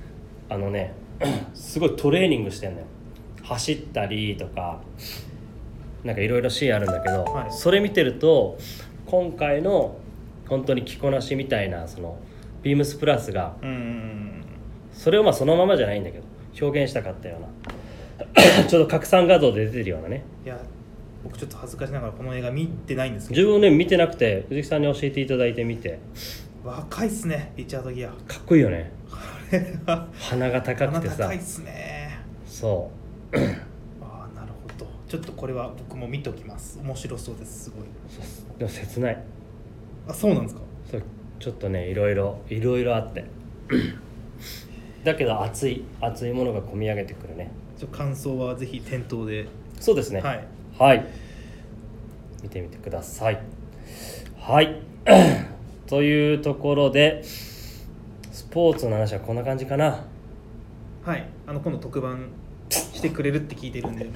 すごいトレーニングしてんのよ。走ったりとかなんかいろいろシーンあるんだけど、 はい、 それ見てると今回の本当に着こなしみたいなそのビームスプラスが、それをそのままじゃないんだけど表現したかったようなちょっと拡散画像で出てるようなね。 いや僕ちょっと恥ずかしながらこの映画見てないんですけど、自分ね見てなくて藤木さんに教えていただいてみて、 若いっすねリチャード・ギア。 かっこいいよね鼻が高くてさ、 鼻高いっすね。 そうああなるほど、ちょっとこれは僕も見ておきます。面白そうです。すごい。 でも切ない。 あ、そうなんですか。 そうちょっとねいろいろあってだけど熱いものが込み上げてくるね。 感想はぜひ店頭で。 そうですね、 はいはい、見てみてください。はいというところでスポーツの話はこんな感じかな。 はい、今度特番してくれるって聞いてるんで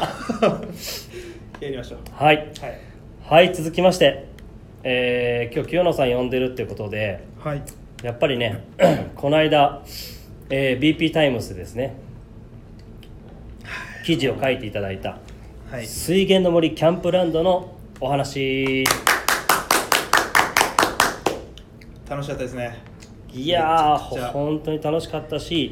やりましょう。 はい、続きまして、今日清野さん呼んでるってことで、 はい、 やっぱりねこの間、BP タイムスですね記事を書いていただいた、はい、水源の森キャンプランドのお話。 楽しかったですね。 いやー本当に楽しかったし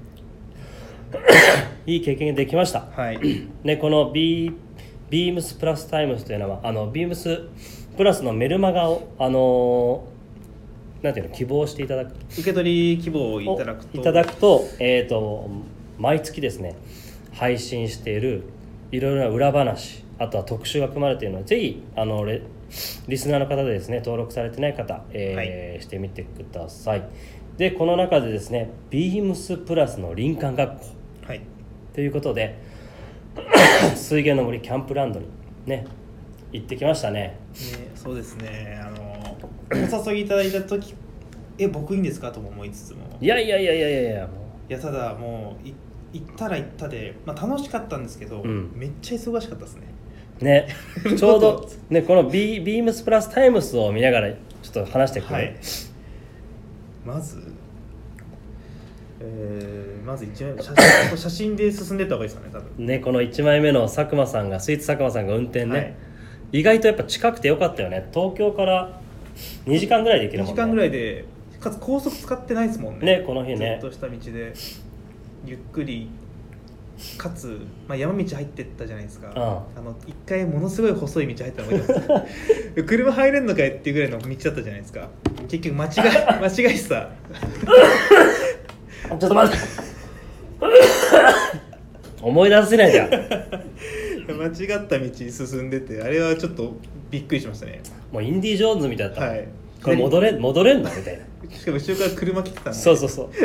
いい経験ができました、 はいね、このビームスプラスタイムスというのはビームスプラスのメルマガをなんていうの希望していただく、 受け取り希望をいただくと毎月ですね配信しているいろいろな裏話、あとは特集が組まれているので、ぜひリスナーの方でですね登録されてない方、してみてください。でこの中でですねビームスプラスの林間学校、ということで水源の森キャンプランドにね行ってきましたね。 そうですね、お誘いいただいた時僕いいんですかとも思いつつも、 いやただもう行ったら行ったで、楽しかったんですけど、めっちゃ忙しかったですね。 ちょうどねこのビームスプラスタイムスを見ながらちょっと話してくる、 まず1枚写真で進んでった方がいいですかね、多分ね。この1枚目のスイーツ佐久間さんが運転ね、意外とやっぱ近くてよかったよね。東京から2時間ぐらいで行けるもんね。 2時間ぐらいで、かつ高速使ってないですもんね。 この日ねずっとした道でゆっくり、かつ、山道入ってったじゃないですか。一回ものすごい細い道入ったのがいいです車入れんのかいっていうぐらいの道だったじゃないですか。結局間違いさちょっと待って思い出せないじゃん間違った道に進んでて、あれはちょっとびっくりしましたね。 もうインディ・ジョーンズみたいだった、これ戻れんのみたいな。 しかも後ろから車来てたんで、 そう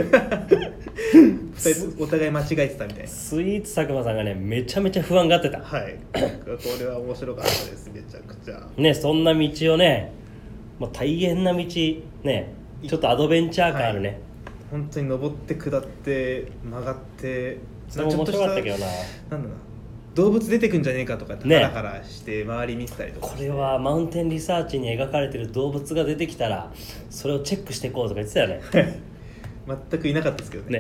お互い間違えてたみたいな。 スイーツ佐久間さんがねめちゃめちゃ不安がってた。 これは面白かったです。めちゃくちゃね、そんな道をねもう大変な道ね、ちょっとアドベンチャー感あるね、 本当に登って下って曲がって、 それも面白かったけどな、 なんだな、動物出てくんじゃねえかとかってハラハラして周り見てたりとか、 これはマウンテンリサーチに描かれてる動物が出てきたらそれをチェックしていこうとか言ってたよね全くいなかったですけどね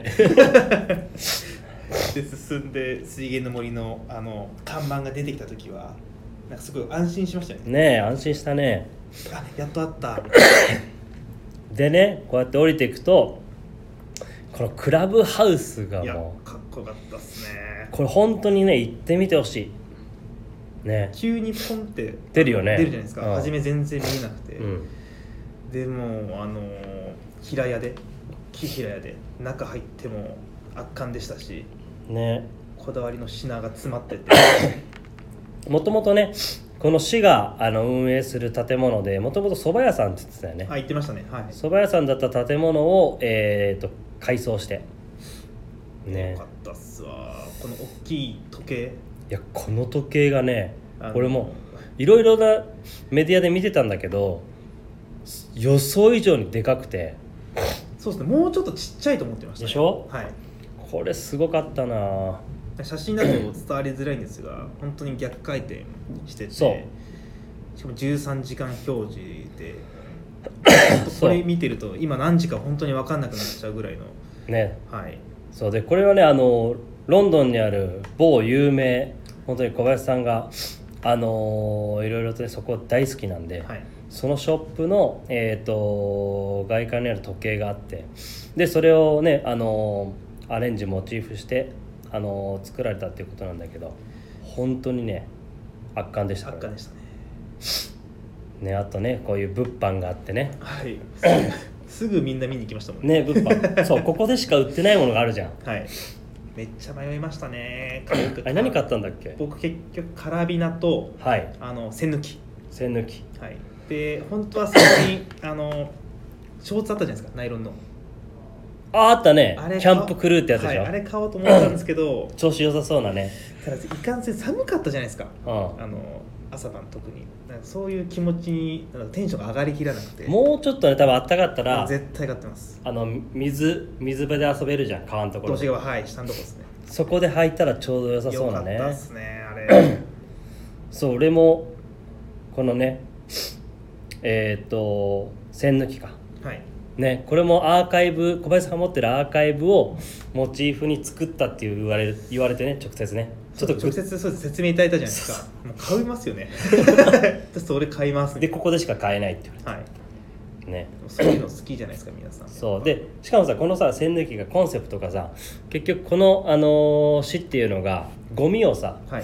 で進んで水源の森の看板が出てきた時はなんかすごい安心しましたよね。 安心したね。 やっとあったでね、こうやって降りていくとこのクラブハウスがもうかっこよかったっすね。 これ本当にね行ってみてほしいね。 急にポンって出るよね。 出るじゃないですか、初め全然見えなくて、でも平屋で木平屋で中入っても圧巻でしたしね、 こだわりの品が詰まっててもともとねこの市が運営する建物でもともと蕎麦屋さんって言ってたよね。 言ってましたね。 蕎麦屋さんだった建物を、改装してね、よかったっすわ。この大きい時計、 いやこの時計がね、俺もいろいろなメディアで見てたんだけど予想以上にでかくて、 そうですね、もうちょっとちっちゃいと思ってました、ね、 でしょ。 これすごかったな。 写真だと伝わりづらいんですが本当に逆回転してて、しかも13時間表示でこれ見てると今何時か本当に分かんなくなっちゃうぐらいのね。 はい。 そうで、これはねロンドンにある某有名、本当に小林さんがいろいろとねそこ大好きなんで、 はい、 そのショップの外観にある時計があって、でそれをねアレンジモチーフして作られたっていうことなんだけど、本当にね圧巻でした。 圧巻でしたね。 ね、あとねこういう物販があってね、 はいすぐみんな見に行きましたもんね。物販そう、ここでしか売ってないものがあるじゃん。 はい、めっちゃ迷いましたね。 あれ何買ったんだっけ？ 僕結局カラビナと、 はい、 栓抜き。はい、で本当はそこにショーツあったじゃないですか、ナイロンの。 あったね、キャンプクルーってやつでしょ、 はい、あれ買おうと思ったんですけど調子良さそうなね。 ただいかんせん寒かったじゃないですか、 うん、 朝晩特に。なんかそういう気持ちにテンションが上がりきらなくて、 もうちょっとね多分あったかったら絶対買ってます。 水辺で遊べるじゃん、川のところ。 道志川、はい、下のとこですね。 そこで履いたらちょうど良さそうなね。 よかったっすねあれそう、俺もこのね栓抜きか、 はいね、これもアーカイブ、小林さんが持ってるアーカイブをモチーフに作ったっていう言われてね、直接ねちょっと直接そう説明いただいたじゃないですか。もう買いますよねそれ買います、ね、 でここでしか買えないって言われて、 はいね、 そういうの好きじゃないですか皆さん。 そうで、しかもさこのさ栓抜きがコンセプトがさ、結局この紙っていうのがゴミをさ、 はい、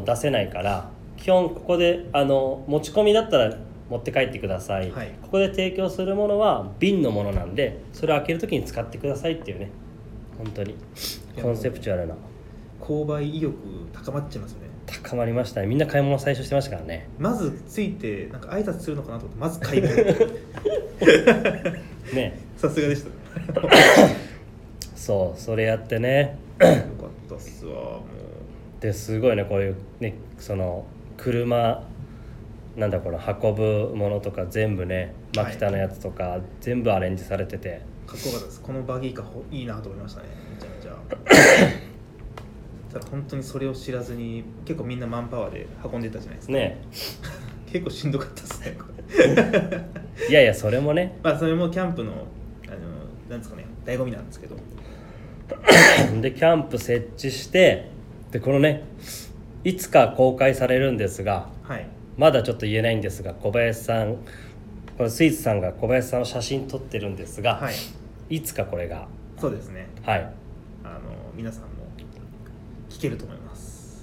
出せないから、基本ここで持ち込みだったら持って帰ってください、 はい、 ここで提供するものは瓶のものなんで、それを開けるときに使ってくださいっていうね、本当にコンセプチュアルな。 購買意欲高まっちゃいますよね。 高まりましたね。みんな買い物最初してましたからね。 まずついてなんか挨拶するのかなと思って、まず買い物ね、 さすがでしたそう、それやってねよかったっすわ。もうですごいね、こういうね、その車なんだこの運ぶものとか全部ね、マキタのやつとか全部アレンジされてて、 かっこよかったです。このバギーカーいいなと思いましたね。めちゃめちゃただ本当にそれを知らずに結構みんなマンパワーで運んでたじゃないですかね結構しんどかったですねいやいや、それもねまあそれもキャンプのなんですかね、醍醐味なんですけどでキャンプ設置して、でこのねいつか公開されるんですが、 はい、 まだちょっと言えないんですが、小林さん、このスイーツさんが小林さんの写真撮ってるんですが、 はい、 いつかこれが、 そうですね、 はい、 皆さんも聞けると思います。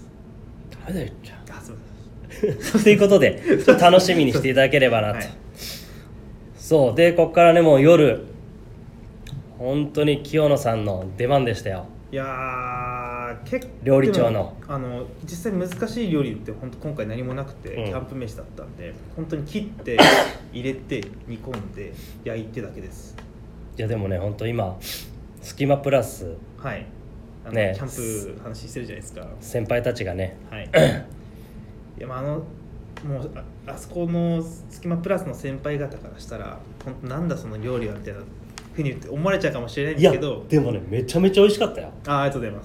ダメだよ言っちゃあ、すみませんということでちょっと楽しみにしていただければなと、はい、そうで、ここからねもう夜本当に清野さんの出番でしたよ。 いやー、結構料理長の実際難しい料理って本当今回何もなくて、キャンプ飯だったんで、本当に切って入れて煮込んで焼いてだけです。 いやでもね、本当今スキマプラス、 はいね、 キャンプ話してるじゃないですか、 先輩たちがね、 はいいや、まあもうあそこのスキマプラスの先輩方からしたら本当なんだその料理はみたいなふうに思われちゃうかもしれないんですけど、 でもねめちゃめちゃ美味しかったよ。 ありがとうございます。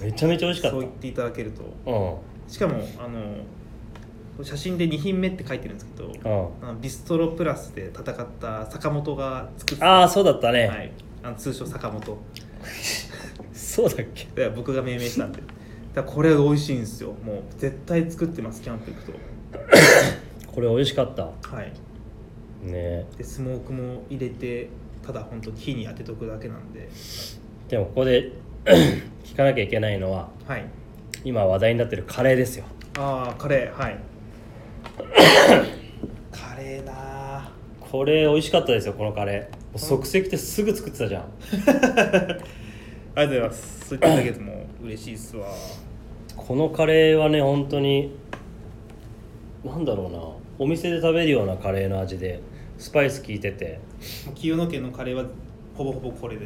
めちゃめちゃ美味しかった。 そう言っていただけると、 うん、 しかも写真で2品目って書いてるんですけど、ビストロプラスで戦った坂本が作った、 ああそうだったね、 はい、通称坂本そうだっけ。 いや僕が命名したんで、だからこれ美味しいんですよ。もう絶対作ってます、キャンプ行くとこれ美味しかった。 はいね。 でスモークも入れて、ただ本当に火に当てとくだけなんで。 でもここで聞かなきゃいけないのは、 はい、 今話題になってるカレーですよ。 ああ、カレー、はいカレーな、 これ美味しかったですよ。このカレー即席ってすぐ作ってたじゃんありがとうございます。そう言っていただけても嬉しいっすわ。 このカレーはね本当になんだろうな、お店で食べるようなカレーの味でスパイス効いてて、 清野家のカレーはほぼほぼこれです。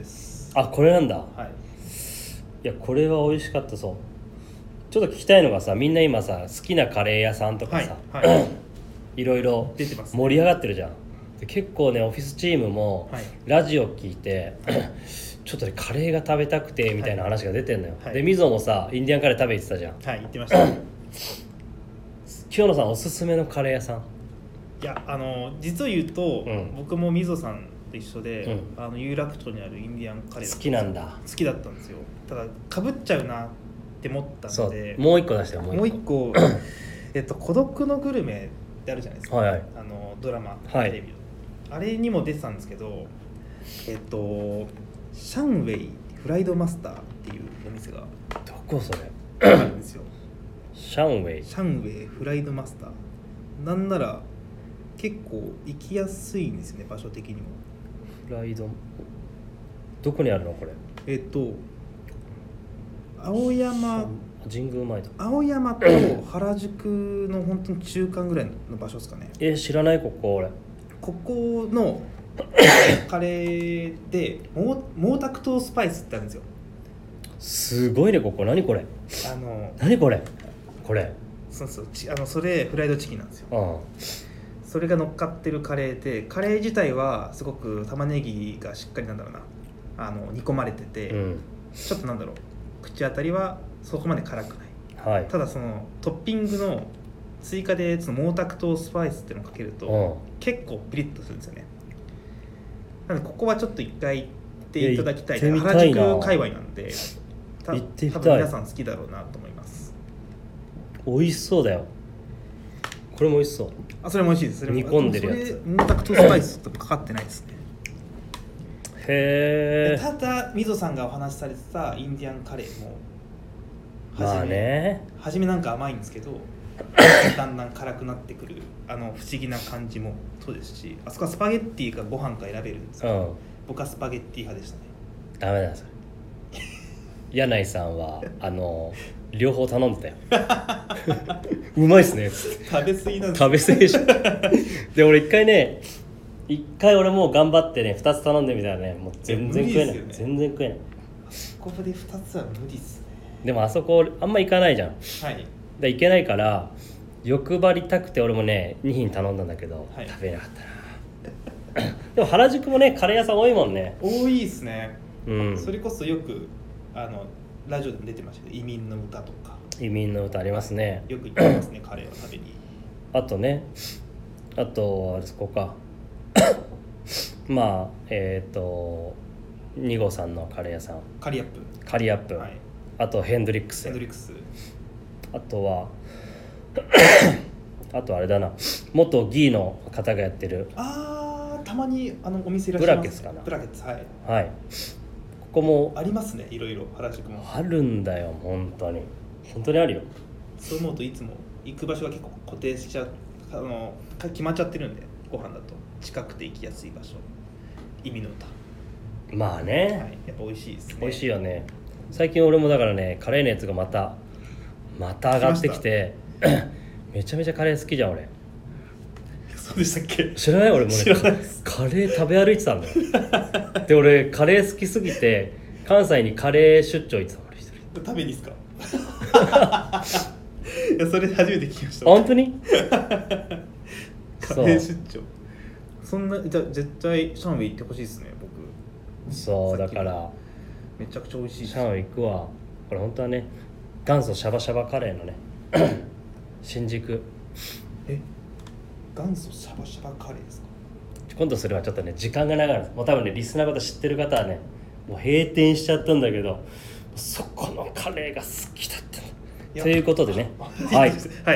あ、これなんだ。 はい、 いやこれは美味しかった。そう、ちょっと聞きたいのがさ、みんな今さ好きなカレー屋さんとかさ、 はいはい、 いろいろ出てます、 盛り上がってるじゃん。で結構ねオフィスチームもラジオ聞いて、ちょっとねカレーが食べたくてみたいな話が出てんのよ、 はい、 でみぞもさインディアンカレー食べに行ってたじゃん。 はい、言ってました清野さんおすすめのカレー屋さん。 いや実を言うと、僕もみぞさんと一緒で、有楽町にあるインディアンカレー好きなんだ。 好きだったんですよ。ただかぶっちゃうなって思ったので、 もう一個出してよ。 もう一個孤独のグルメってあるじゃないですか、 はいはい、 ドラマ、 はい、 テレビのあれにも出てたんですけど、シャンウェイフライドマスターっていうお店がどこそれあるんですよ。 シャンウェイフライドマスター、なんなら結構行きやすいんですよね、場所的にも。 フライドどこにあるのこれ？ 青山、 神宮前だ。 青山と原宿の本当に中間ぐらいの場所ですかね。 知らない。ここのカレーで毛沢東スパイスってあるんですよ。 すごいね。ここ何これ？何これ？これそうそれフライドチキンなんですよ。それが乗っかってるカレーで、カレー自体はすごく玉ねぎがしっかり煮込まれてて、ちょっと口当たりはそこまで辛くない、はい、ただそのトッピングの追加でその毛沢東スパイスっていうのをかけると結構ピリッとするんですよね。なのでここはちょっと一回行っていただきたい。原宿界隈なんで多分皆さん好きだろうなと思います。 美味しそうだよ。これも美味しそう。 それも美味しいです。 煮込んでるやつ。 毛沢東スパイスとかかってないですね。 へえ。 ただみぞさんがお話しされてたインディアンカレーも初めなんか甘いんですけどだんだん辛くなってくる不思議な感じもそうですし、あそこはスパゲッティかご飯か選べるんですけど、僕はスパゲッティ派でしたね。 ダメだそれ。柳井さんは両方頼んでたよ。うまいっすね。 食べ過ぎなんです。 食べ過ぎでしょ。で俺一回俺もう頑張ってね2つ頼んでみたらね、もう全然食えない、全然食えない。 ここで2つは無理っすね。 でもあそこあんま行かないじゃん。 はい。 で行けないから欲張りたくて俺もね2品頼んだんだけど、食べなかったな。でも原宿もねカレー屋さん多いもんね。 多いっすね。それこそよくラジオでも出てましたけど、移民の歌とか。 移民の歌ありますね。 よく行ってますね、カレーを食べに。 あとね、あとあそこか。まあ2号さんのカレー屋さん。カリアップ。はい、あとヘンドリックス。あとはあとあれだな。元ギーの方がやってる。 たまにお店いらっしゃいます。 ブラケツかな。 ブラケツ、はい。 はい。ここもありますね、いろいろ原宿もあるんだよ。本当にあるよ。 そう思うといつも行く場所が結構固定しちゃう、決まっちゃってるんで、ご飯だと近くて行きやすい場所、意味の歌。まあね、はい、やっぱ美味しいですね。 美味しいよね。最近俺もだからねカレーのやつがまた上がってきてめちゃめちゃカレー好きじゃん俺。 そうでしたっけ？ 知らない？俺もねカレー食べ歩いてたんだよ。で俺カレー好きすぎて関西にカレー出張行ってたから。一人食べにですか？いやそれ初めて聞きました。 本当に？ カレー出張。そんなじゃ絶対シャンウェイ行ってほしいですね僕。 そうだからめちゃくちゃ美味しい。 シャンウェイ行くわ。これ本当はね元祖シャバシャバカレーのね新宿。 元祖シャバシャバカレーですか？ 今度それはちょっとね時間が長い。もう多分ねリスナーの方知ってる方はねもう閉店しちゃったんだけど、そこのカレーが好きだったということでねはい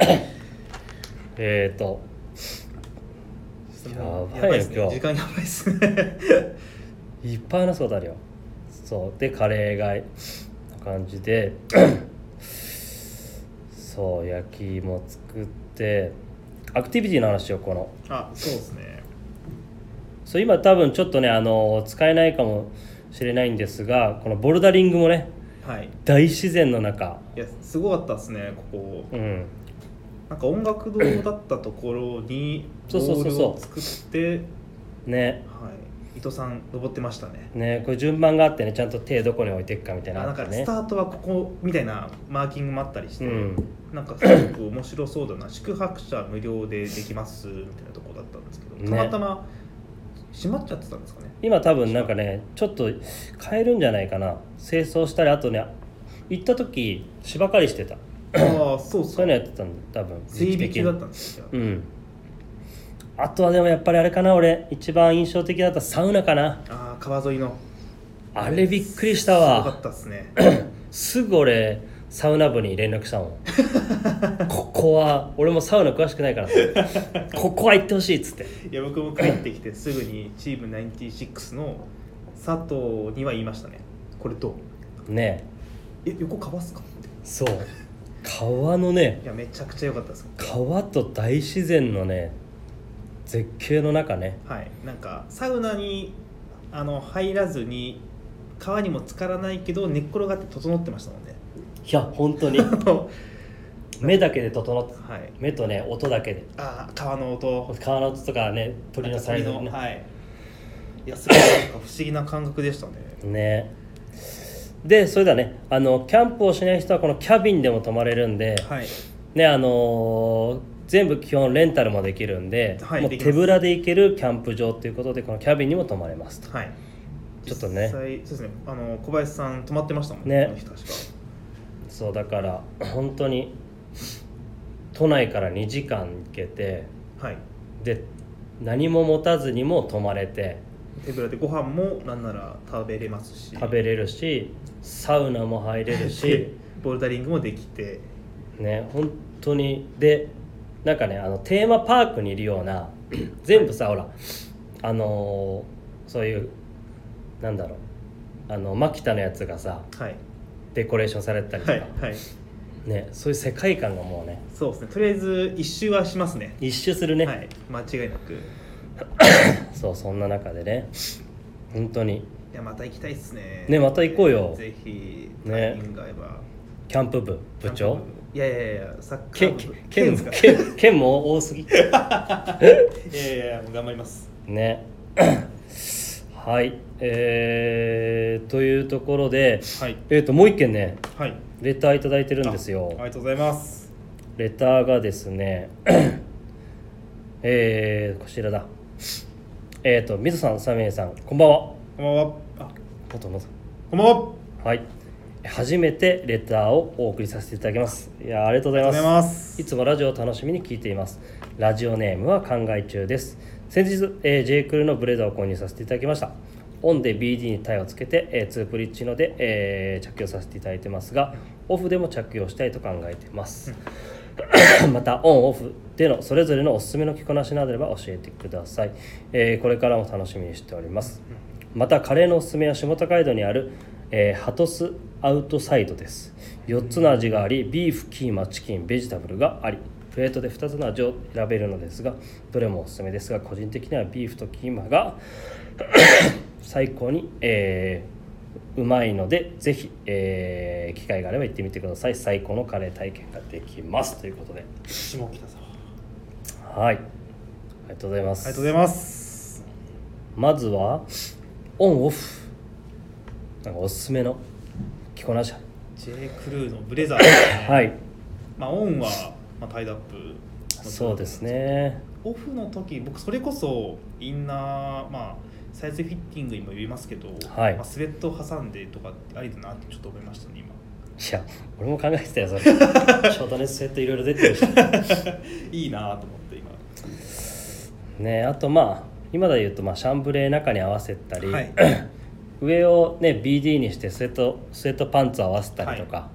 やばいよ今日。 時間やばいっすね。 いっぱい話すことあるよ。そうでカレーが感じでそう焼き芋作ってアクティビティの話をこのそうですね。 そう今多分ちょっとね使えないかもしれないんですが、このボルダリングもね、はい、大自然の中。 いやすごかったですねここ。なんか音楽堂だったところにボールを作ってね、はい、伊藤さん登ってましたね。 ね、これ順番があってね、ちゃんと手どこに置いていくかみたいな、 なんかスタートはここみたいなマーキングもあったりして、なんかすごく面白そうだな。宿泊者無料でできますみたいなところだったんですけど、たまたま閉まっちゃってたんですかね。 今多分なんかねちょっと変えるんじゃないかな。清掃したり、あとね行った時芝刈りしてた。そういうのやってたんだ多分。 整備中だったんですよ。 あとはでもやっぱりあれかな、俺一番印象的だったサウナかな。 ああ、川沿いのあれびっくりしたわ。 すごかったっすねすぐ俺サウナ部に連絡したもんここは俺もサウナ詳しくないからここは行ってほしいっつって。 いや、僕も帰ってきてすぐにチーム96の佐藤には言いましたね。これどうねえ、横川っすかって。 そう川のね、 いや、めちゃくちゃ良かったです。 川と大自然のね絶景の中ね。 はい、なんかサウナに入らずに川にも浸からないけど寝っ転がって整ってましたもんね。 いや本当に目だけで整って、 はい、 目とね音だけで、 ああ、川の音とかね、鳥のサイズね、 はい、いや、すごいなんか不思議な感覚でしたねね。でそれだね、キャンプをしない人はこのキャビンでも泊まれるんで、 はい、 ね、全部基本レンタルもできるんで、 はい、 もう手ぶらで行けるキャンプ場ということでこのキャビンにも泊まれますと。 はい、 ちょっとね、 そうですね、小林さん泊まってましたもんね。 この人確か。 そうだから本当に都内から2時間行けて、 はい、 で何も持たずにも泊まれて、 手ぶらでご飯もなんなら食べれますし、 食べれるし、サウナも入れるしボルダリングもできてね、本当に。でなんかね、テーマパークにいるような全部さ、ほらそういうなんだろう、マキタのやつがさ、 はい、 デコレーションされてたりとか、 はい、はい、 ね、そういう世界観がもうね、 そうですね、とりあえず一周はしますね。 一周するね、 はい、間違いなく。 そう、そんな中でね、本当にいや、また行きたいっすね。 ね、また行こうよ。 ぜひね、 タイミング合えば。 キャンプ部部長、 いやいやいや、サッカー部県も多すぎいやいや、もう頑張りますねはい、というところで、 はい、 もう一件ね、 はい、 レターいただいてるんですよ。 ありがとうございます。 レターがですねこちらだ。水さん、サメイさん、こんばんは。 こんばんは。 もともとこんばんは。 はい、初めてレターをお送りさせていただきます。いや、ありがとうございます。いつもラジオを楽しみに聞いています。ラジオネームは考え中です。先日、J. クルのブレザーを購入させていただきました。オンで BD にタイをつけて、2プリッチので、着用させていただいてますが、オフでも着用したいと考えています。またオンオフでのそれぞれのおすすめの着こなしなどあれば教えてください。これからも楽しみにしております。またカレーのおすすめは下高井戸にある、ハトスアウトサイドです。4つの味があり、ビーフ、キーマ、チキン、ベジタブルがあり、プレートで2つの味を選べるのですが、どれもおすすめですが、個人的にはビーフとキーマが最高に、うまいので、ぜひ、機会があれば行ってみてください。最高のカレー体験ができますということで。 下北沢。 はい、ありがとうございます。 ありがとうございます。 まずはオンオフ、なんかおすすめの着こなし。 J. クルーのブレザーですね。 はい、 まあ、オンは、タイドアップ。 そうですね。 オフの時、僕それこそインナー、サイズフィッティングにも言いますけど、 はい、 スウェットを挟んでとかありだなってちょっと思いましたね、今。 いや、俺も考えてたよ、それ。ショートネススウェットいろいろ出てるしいいなと思って今ね。あと今で言うとシャンブレー中に合わせたり、 はい、 上をね BD にしてスウェットパンツ合わせたりとか、はい、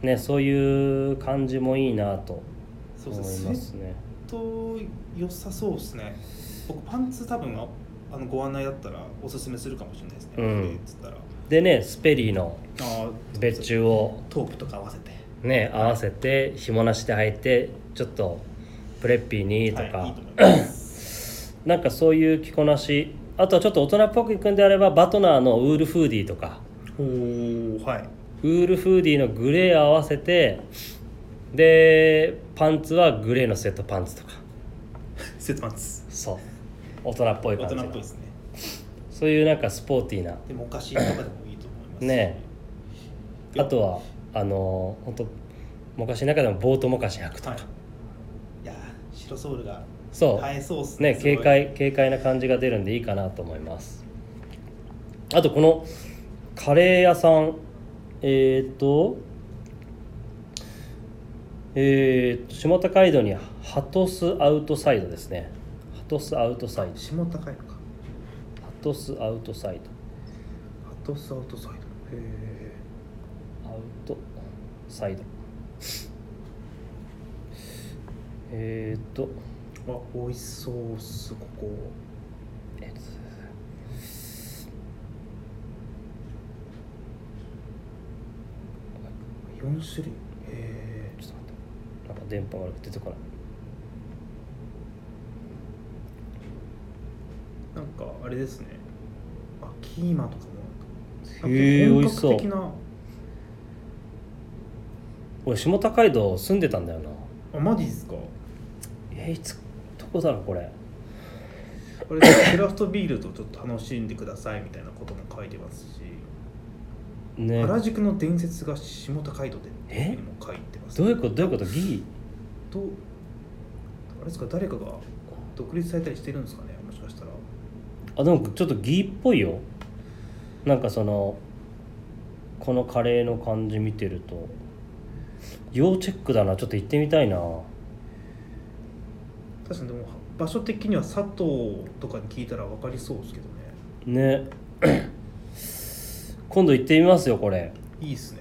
ね、そういう感じもいいなと思いますね。 スウェット良さそうですね。僕パンツ多分ご案内だったらおすすめするかもしれないですね。つったらでね、スペリーの別注をトープとか合わせてね、合わせて紐なしで履いてちょっとプレッピーにとか、 はい、いいと思いますなんかそういう着こなし。あとはちょっと大人っぽくいくんであればバトナーのウールフーディーとか、 はい、 ウールフーディーのグレー合わせて、でパンツはグレーのスウェットパンツとかスウェットパンツ、 そう、大人っぽい感じ、 大人っぽいですね。 そういうなんかスポーティーなでモカシンとかでもいいと思いますね。あとは本当モカシンの中でもボートモカシン履くとか、はい、 いや白ソールがそう映えそうっすね。 軽快な感じが出るんでいいかなと思います。あとこのカレー屋さん、 下高井戸にハトスアウトサイドですね。ハトスアウトサイド。 下高井戸か。ハトスアウトサイド。 ハトスアウトサイド。 アウトサイド。 あ、美味しそうっす、ここ。4種類。 ちょっと待って、なんか電波悪く出てこない。 なんかあれですね。あ、キーマとかも。 美味しそう。 本格的な。 俺下高井戸住んでたんだよな。 あ、マジですか。 いつどこだろうこれ。 これクラフトビールとちょっと楽しんでくださいみたいなことも書いてますし、ね、原宿の伝説が下高井戸でっていうのも書いてます、 ね、どういうことギーとあれですか、誰かが独立されたりしてるんですかね、もしかしたら。 あ、でもちょっとギーっぽいよ。なんかそのこのカレーの感じ見てると要チェックだな。ちょっと行ってみたいな。 確かに。でも場所的には佐藤とかに聞いたら分かりそうですけどね。 今度行ってみますよこれ。 いいっすね。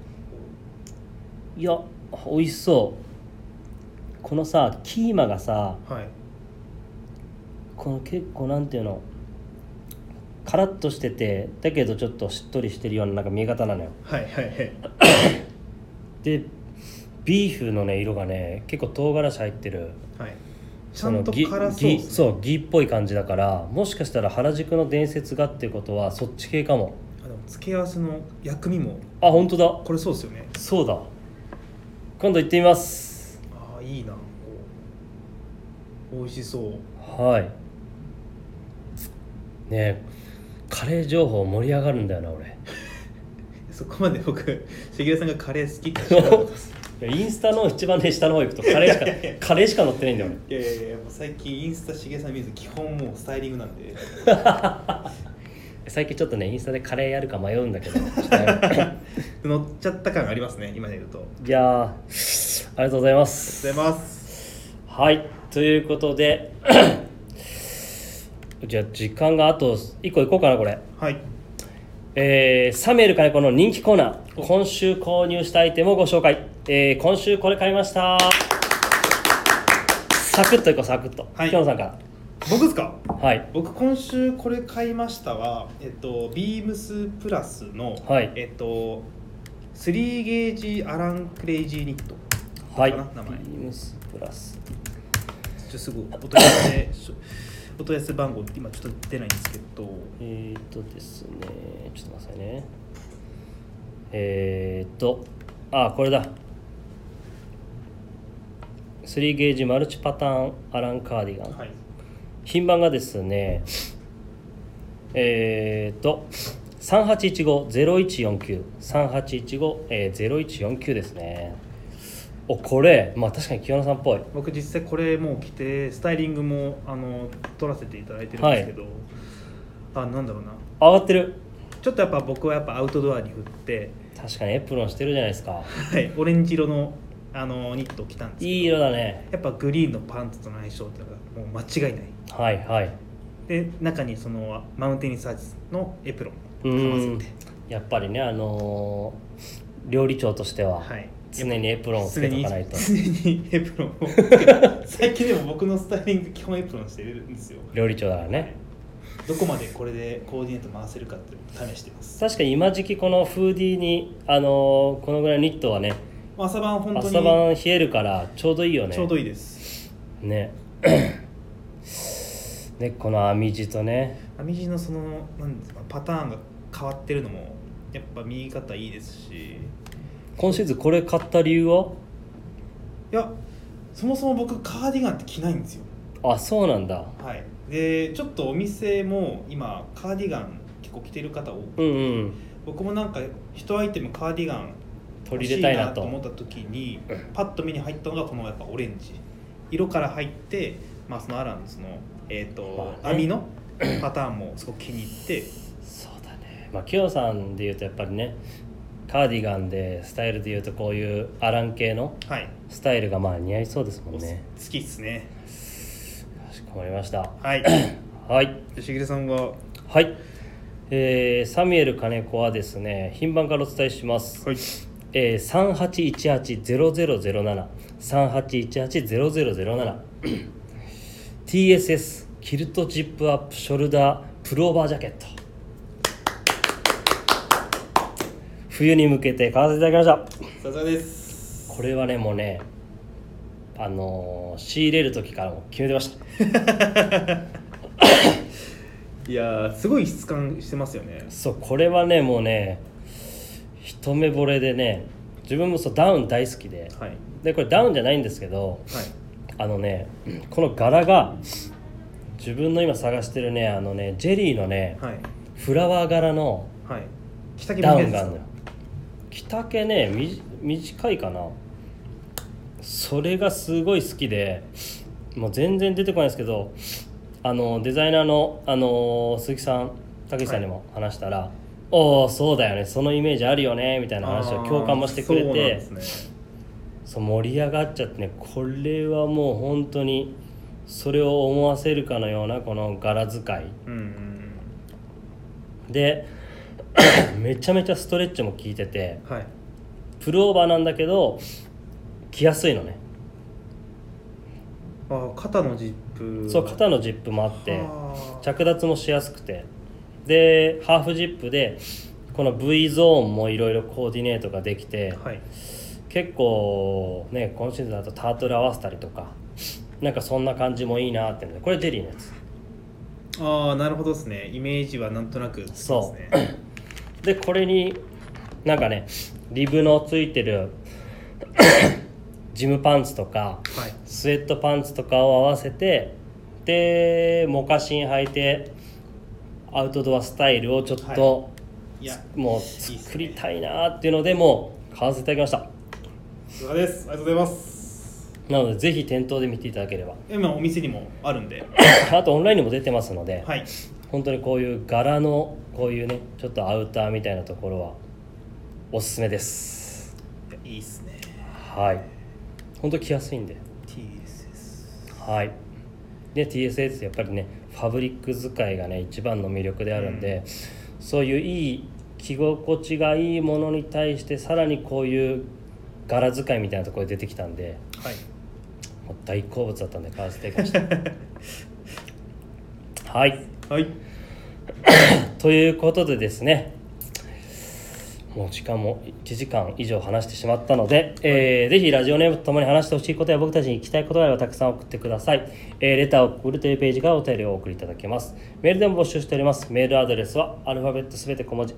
いや美味しそう。このさキーマがさ、 はい、 この結構なんていうの、カラッとしててだけどちょっとしっとりしてるようななんか見え方なのよ。 はいはいはい。 でビーフのね色がね結構唐辛子入ってる。はい。 ちゃんと辛そうですね。 そうギーっぽい感じだから、もしかしたら原宿の伝説がっていうことはそっち系かも。 でも付け合わせの薬味も。 あ、本当だ。 これそうですよね。 そうだ。今度行ってみます。 あ、いいな。美味しそう。 はい。ねえ、カレー情報盛り上がるんだよな俺。 そこまで僕、しげるさんがカレー好きって知らなかったです。 インスタの一番ね下の方行くとカレーしか載ってないんだよ俺。いやもう最近インスタしげさん見ず基本もうスタイリングなんで。 最近ちょっとねインスタでカレーやるか迷うんだけど乗っちゃった感がありますね今で言うと。 いやありがとうございます。 ありがとうございます。 はい、ということでじゃあ時間があと1個いこうかなこれ。 はい。 サミュエル金子の人気コーナー、今週購入したアイテムをご紹介。今週これ買いました。サクッといこうサクッと。 はい。 清野さんから。 僕ですか。 はい。 僕今週これ買いましたはビームスプラスの、 はい、 3ゲージアランクレイジーニット。 はい。 名前。 ビームスプラス。 すぐお問い合わせ番号今ちょっと出ないんですけど。 ですね、ちょっと待ってくださいね。これだ。3ゲージマルチパターンアランカーディガン。はい、品番がですね、3815-0149 3815-0149ですね。これまあ確かに清野さんっぽい。 僕実際これもう着てスタイリングも撮らせていただいてるんですけど、はい、なんだろうな、 上がってる。 ちょっとやっぱ僕はやっぱアウトドアに振って、 確かにエプロンしてるじゃないですか。 はい、オレンジ色のニットを着たんですけど、 いい色だね。 やっぱグリーンのパンツとの相性っていうのがもう間違いない。 はいはい。 で中にそのマウンテンリサーチのエプロンをかませて、 やっぱりね料理長としては、はい、常にエプロンをつけとかないと。 常にエプロンを最近でも僕のスタイリング基本エプロンしてるんですよ。 料理長だからね。 どこまでこれでコーディネート回せるかって試してます。 確かに今時期このフーディーにこのぐらいのニットはね、 朝晩本当に朝晩冷えるからちょうどいいよね。 ちょうどいいですね。ね、この編み地とね、 編み地のそのなんですか、パターンが変わってるのもやっぱ見方いいですし。 今シーズンこれ買った理由は？ いや、そもそも僕カーディガンって着ないんですよ。 あ、そうなんだ。 はい。でちょっとお店も今カーディガン結構着てる方多く、僕もなんか一アイテムカーディガン取り入れたいなと思った時にパッと目に入ったのがこのやっぱオレンジ色から入って、まあそのアランズの編みのパターンもすごく気に入って。 そうだね。まあ清野さんでいうとやっぱりね、 カーディガンでスタイルでいうとこういうアラン系のスタイルがまあ似合いそうですもんね。 好きっすね。 かしこまりました。 はいはい。 しげるさんは。 はい、サミュエル金子はですね、品番からお伝えします。 はい。 3818-0007 3818-0007 TSS キルトジップアップショルダープルオーバージャケット、冬に向けて買わせていただきました。 さすがです。 これはね、もうね、仕入れる時からも決めてましたいやすごい質感してますよね。 そう、これはね、もうね、一目惚れでね、自分もそうダウン大好きで、 はい、 でこれダウンじゃないんですけど、 はい、 この柄が自分の今探してるね、ジェリーのね、 はい、 フラワー柄のダウンがあるのよ。着丈ね、短いかな。それがすごい好きで、もう全然出てこないですけど、デザイナーの、鈴木さん、竹内さんにも話したら、おおそうだよね、そのイメージあるよねみたいな話を共感もしてくれて、そう盛り上がっちゃってね、これはもう本当にそれを思わせるかのようなこの柄使い、でめちゃめちゃストレッチも効いてて、 はい、 プルオーバーなんだけど着やすいのね。 肩のジップ。 そう、肩のジップもあって着脱もしやすくて、でハーフジップでこの V ゾーンもいろいろコーディネートができて、 はい、 結構ね、今シーズンだとタートル合わせたりとか、なんかそんな感じもいいなってので、これジェリーのやつ。 なるほどですね。イメージはなんとなくつきますね。 そうで、これになんかね、リブのついてるジムパンツとか、 はい、 スウェットパンツとかを合わせて、でモカシン履いてアウトドアスタイルをちょっと、もう作りたいなっていうので、もう買わせていただきました。 さすがです。ありがとうございます。 なのでぜひ店頭で見ていただければ、 今お店にもあるんであとオンラインにも出てますので、 はい、 本当にこういう柄のこういうね、ちょっとアウターみたいなところはおすすめです。 いいっすね。 はい、本当着やすいんで。 TSS、 はい。で TSS やっぱりね、ファブリック使いがね一番の魅力であるんで、そういういい着心地がいいものに対してさらにこういう柄使いみたいなところで出てきたんで、 はい、 もう大好物だったんで買わせていただきましたはい、 はいということでですね、もう時間も1時間以上話してしまったので、ぜひラジオネームとともに話してほしいことや僕たちに聞きたいことがあればたくさん送ってください。レターを送るというページからお便りをお送りいただけます。メールでも募集しております。メールアドレスはアルファベットすべて小文字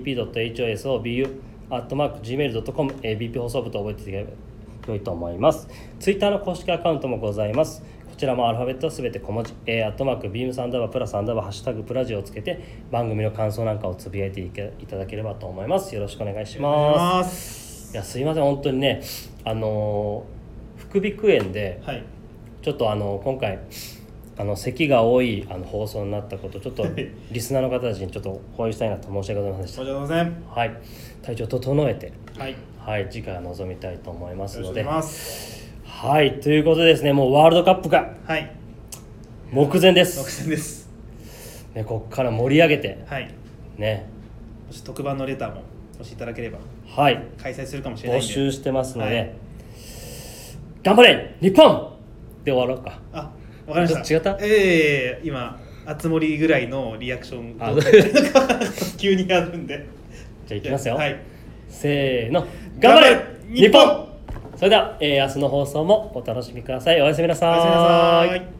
bp.hosobu@gmail.com bp 放送部と覚えていただければ良いと思います。ツイッターの公式アカウントもございます。こちらもアルファベットすべて小文字@beams_++++ ハッシュタグプラジオをつけて番組の感想なんかをつぶやいていただければと思います。よろしくお願いします。いや、すいません、本当にね、副鼻腔炎で、はい、ちょっと今回咳が多い放送になったこと、ちょっとリスナーの方たちにちょっとお会いしたいなと申し訳ございませんでした。 申し訳ございません。 はい、体調整えて、 はい、 はい、次回は臨みたいと思いますので。 よろしくお願いします。 はい、ということでですね、もうワールドカップが目前です。 目前です。 ね、ここから盛り上げて、 はい、 ね、 もし特番のレターももしいただければ、 はい、 開催するかもしれないんで募集してますので、 はい、 頑張れ日本で終わろうか。 あ、わかりました。 違った？ 今あつ森ぐらいのリアクション急にやるんで、 じゃあいきますよ。 はい、 せーの、頑張れ日本。それでは、明日の放送もお楽しみください。おやすみなさい。 おやすみなさい。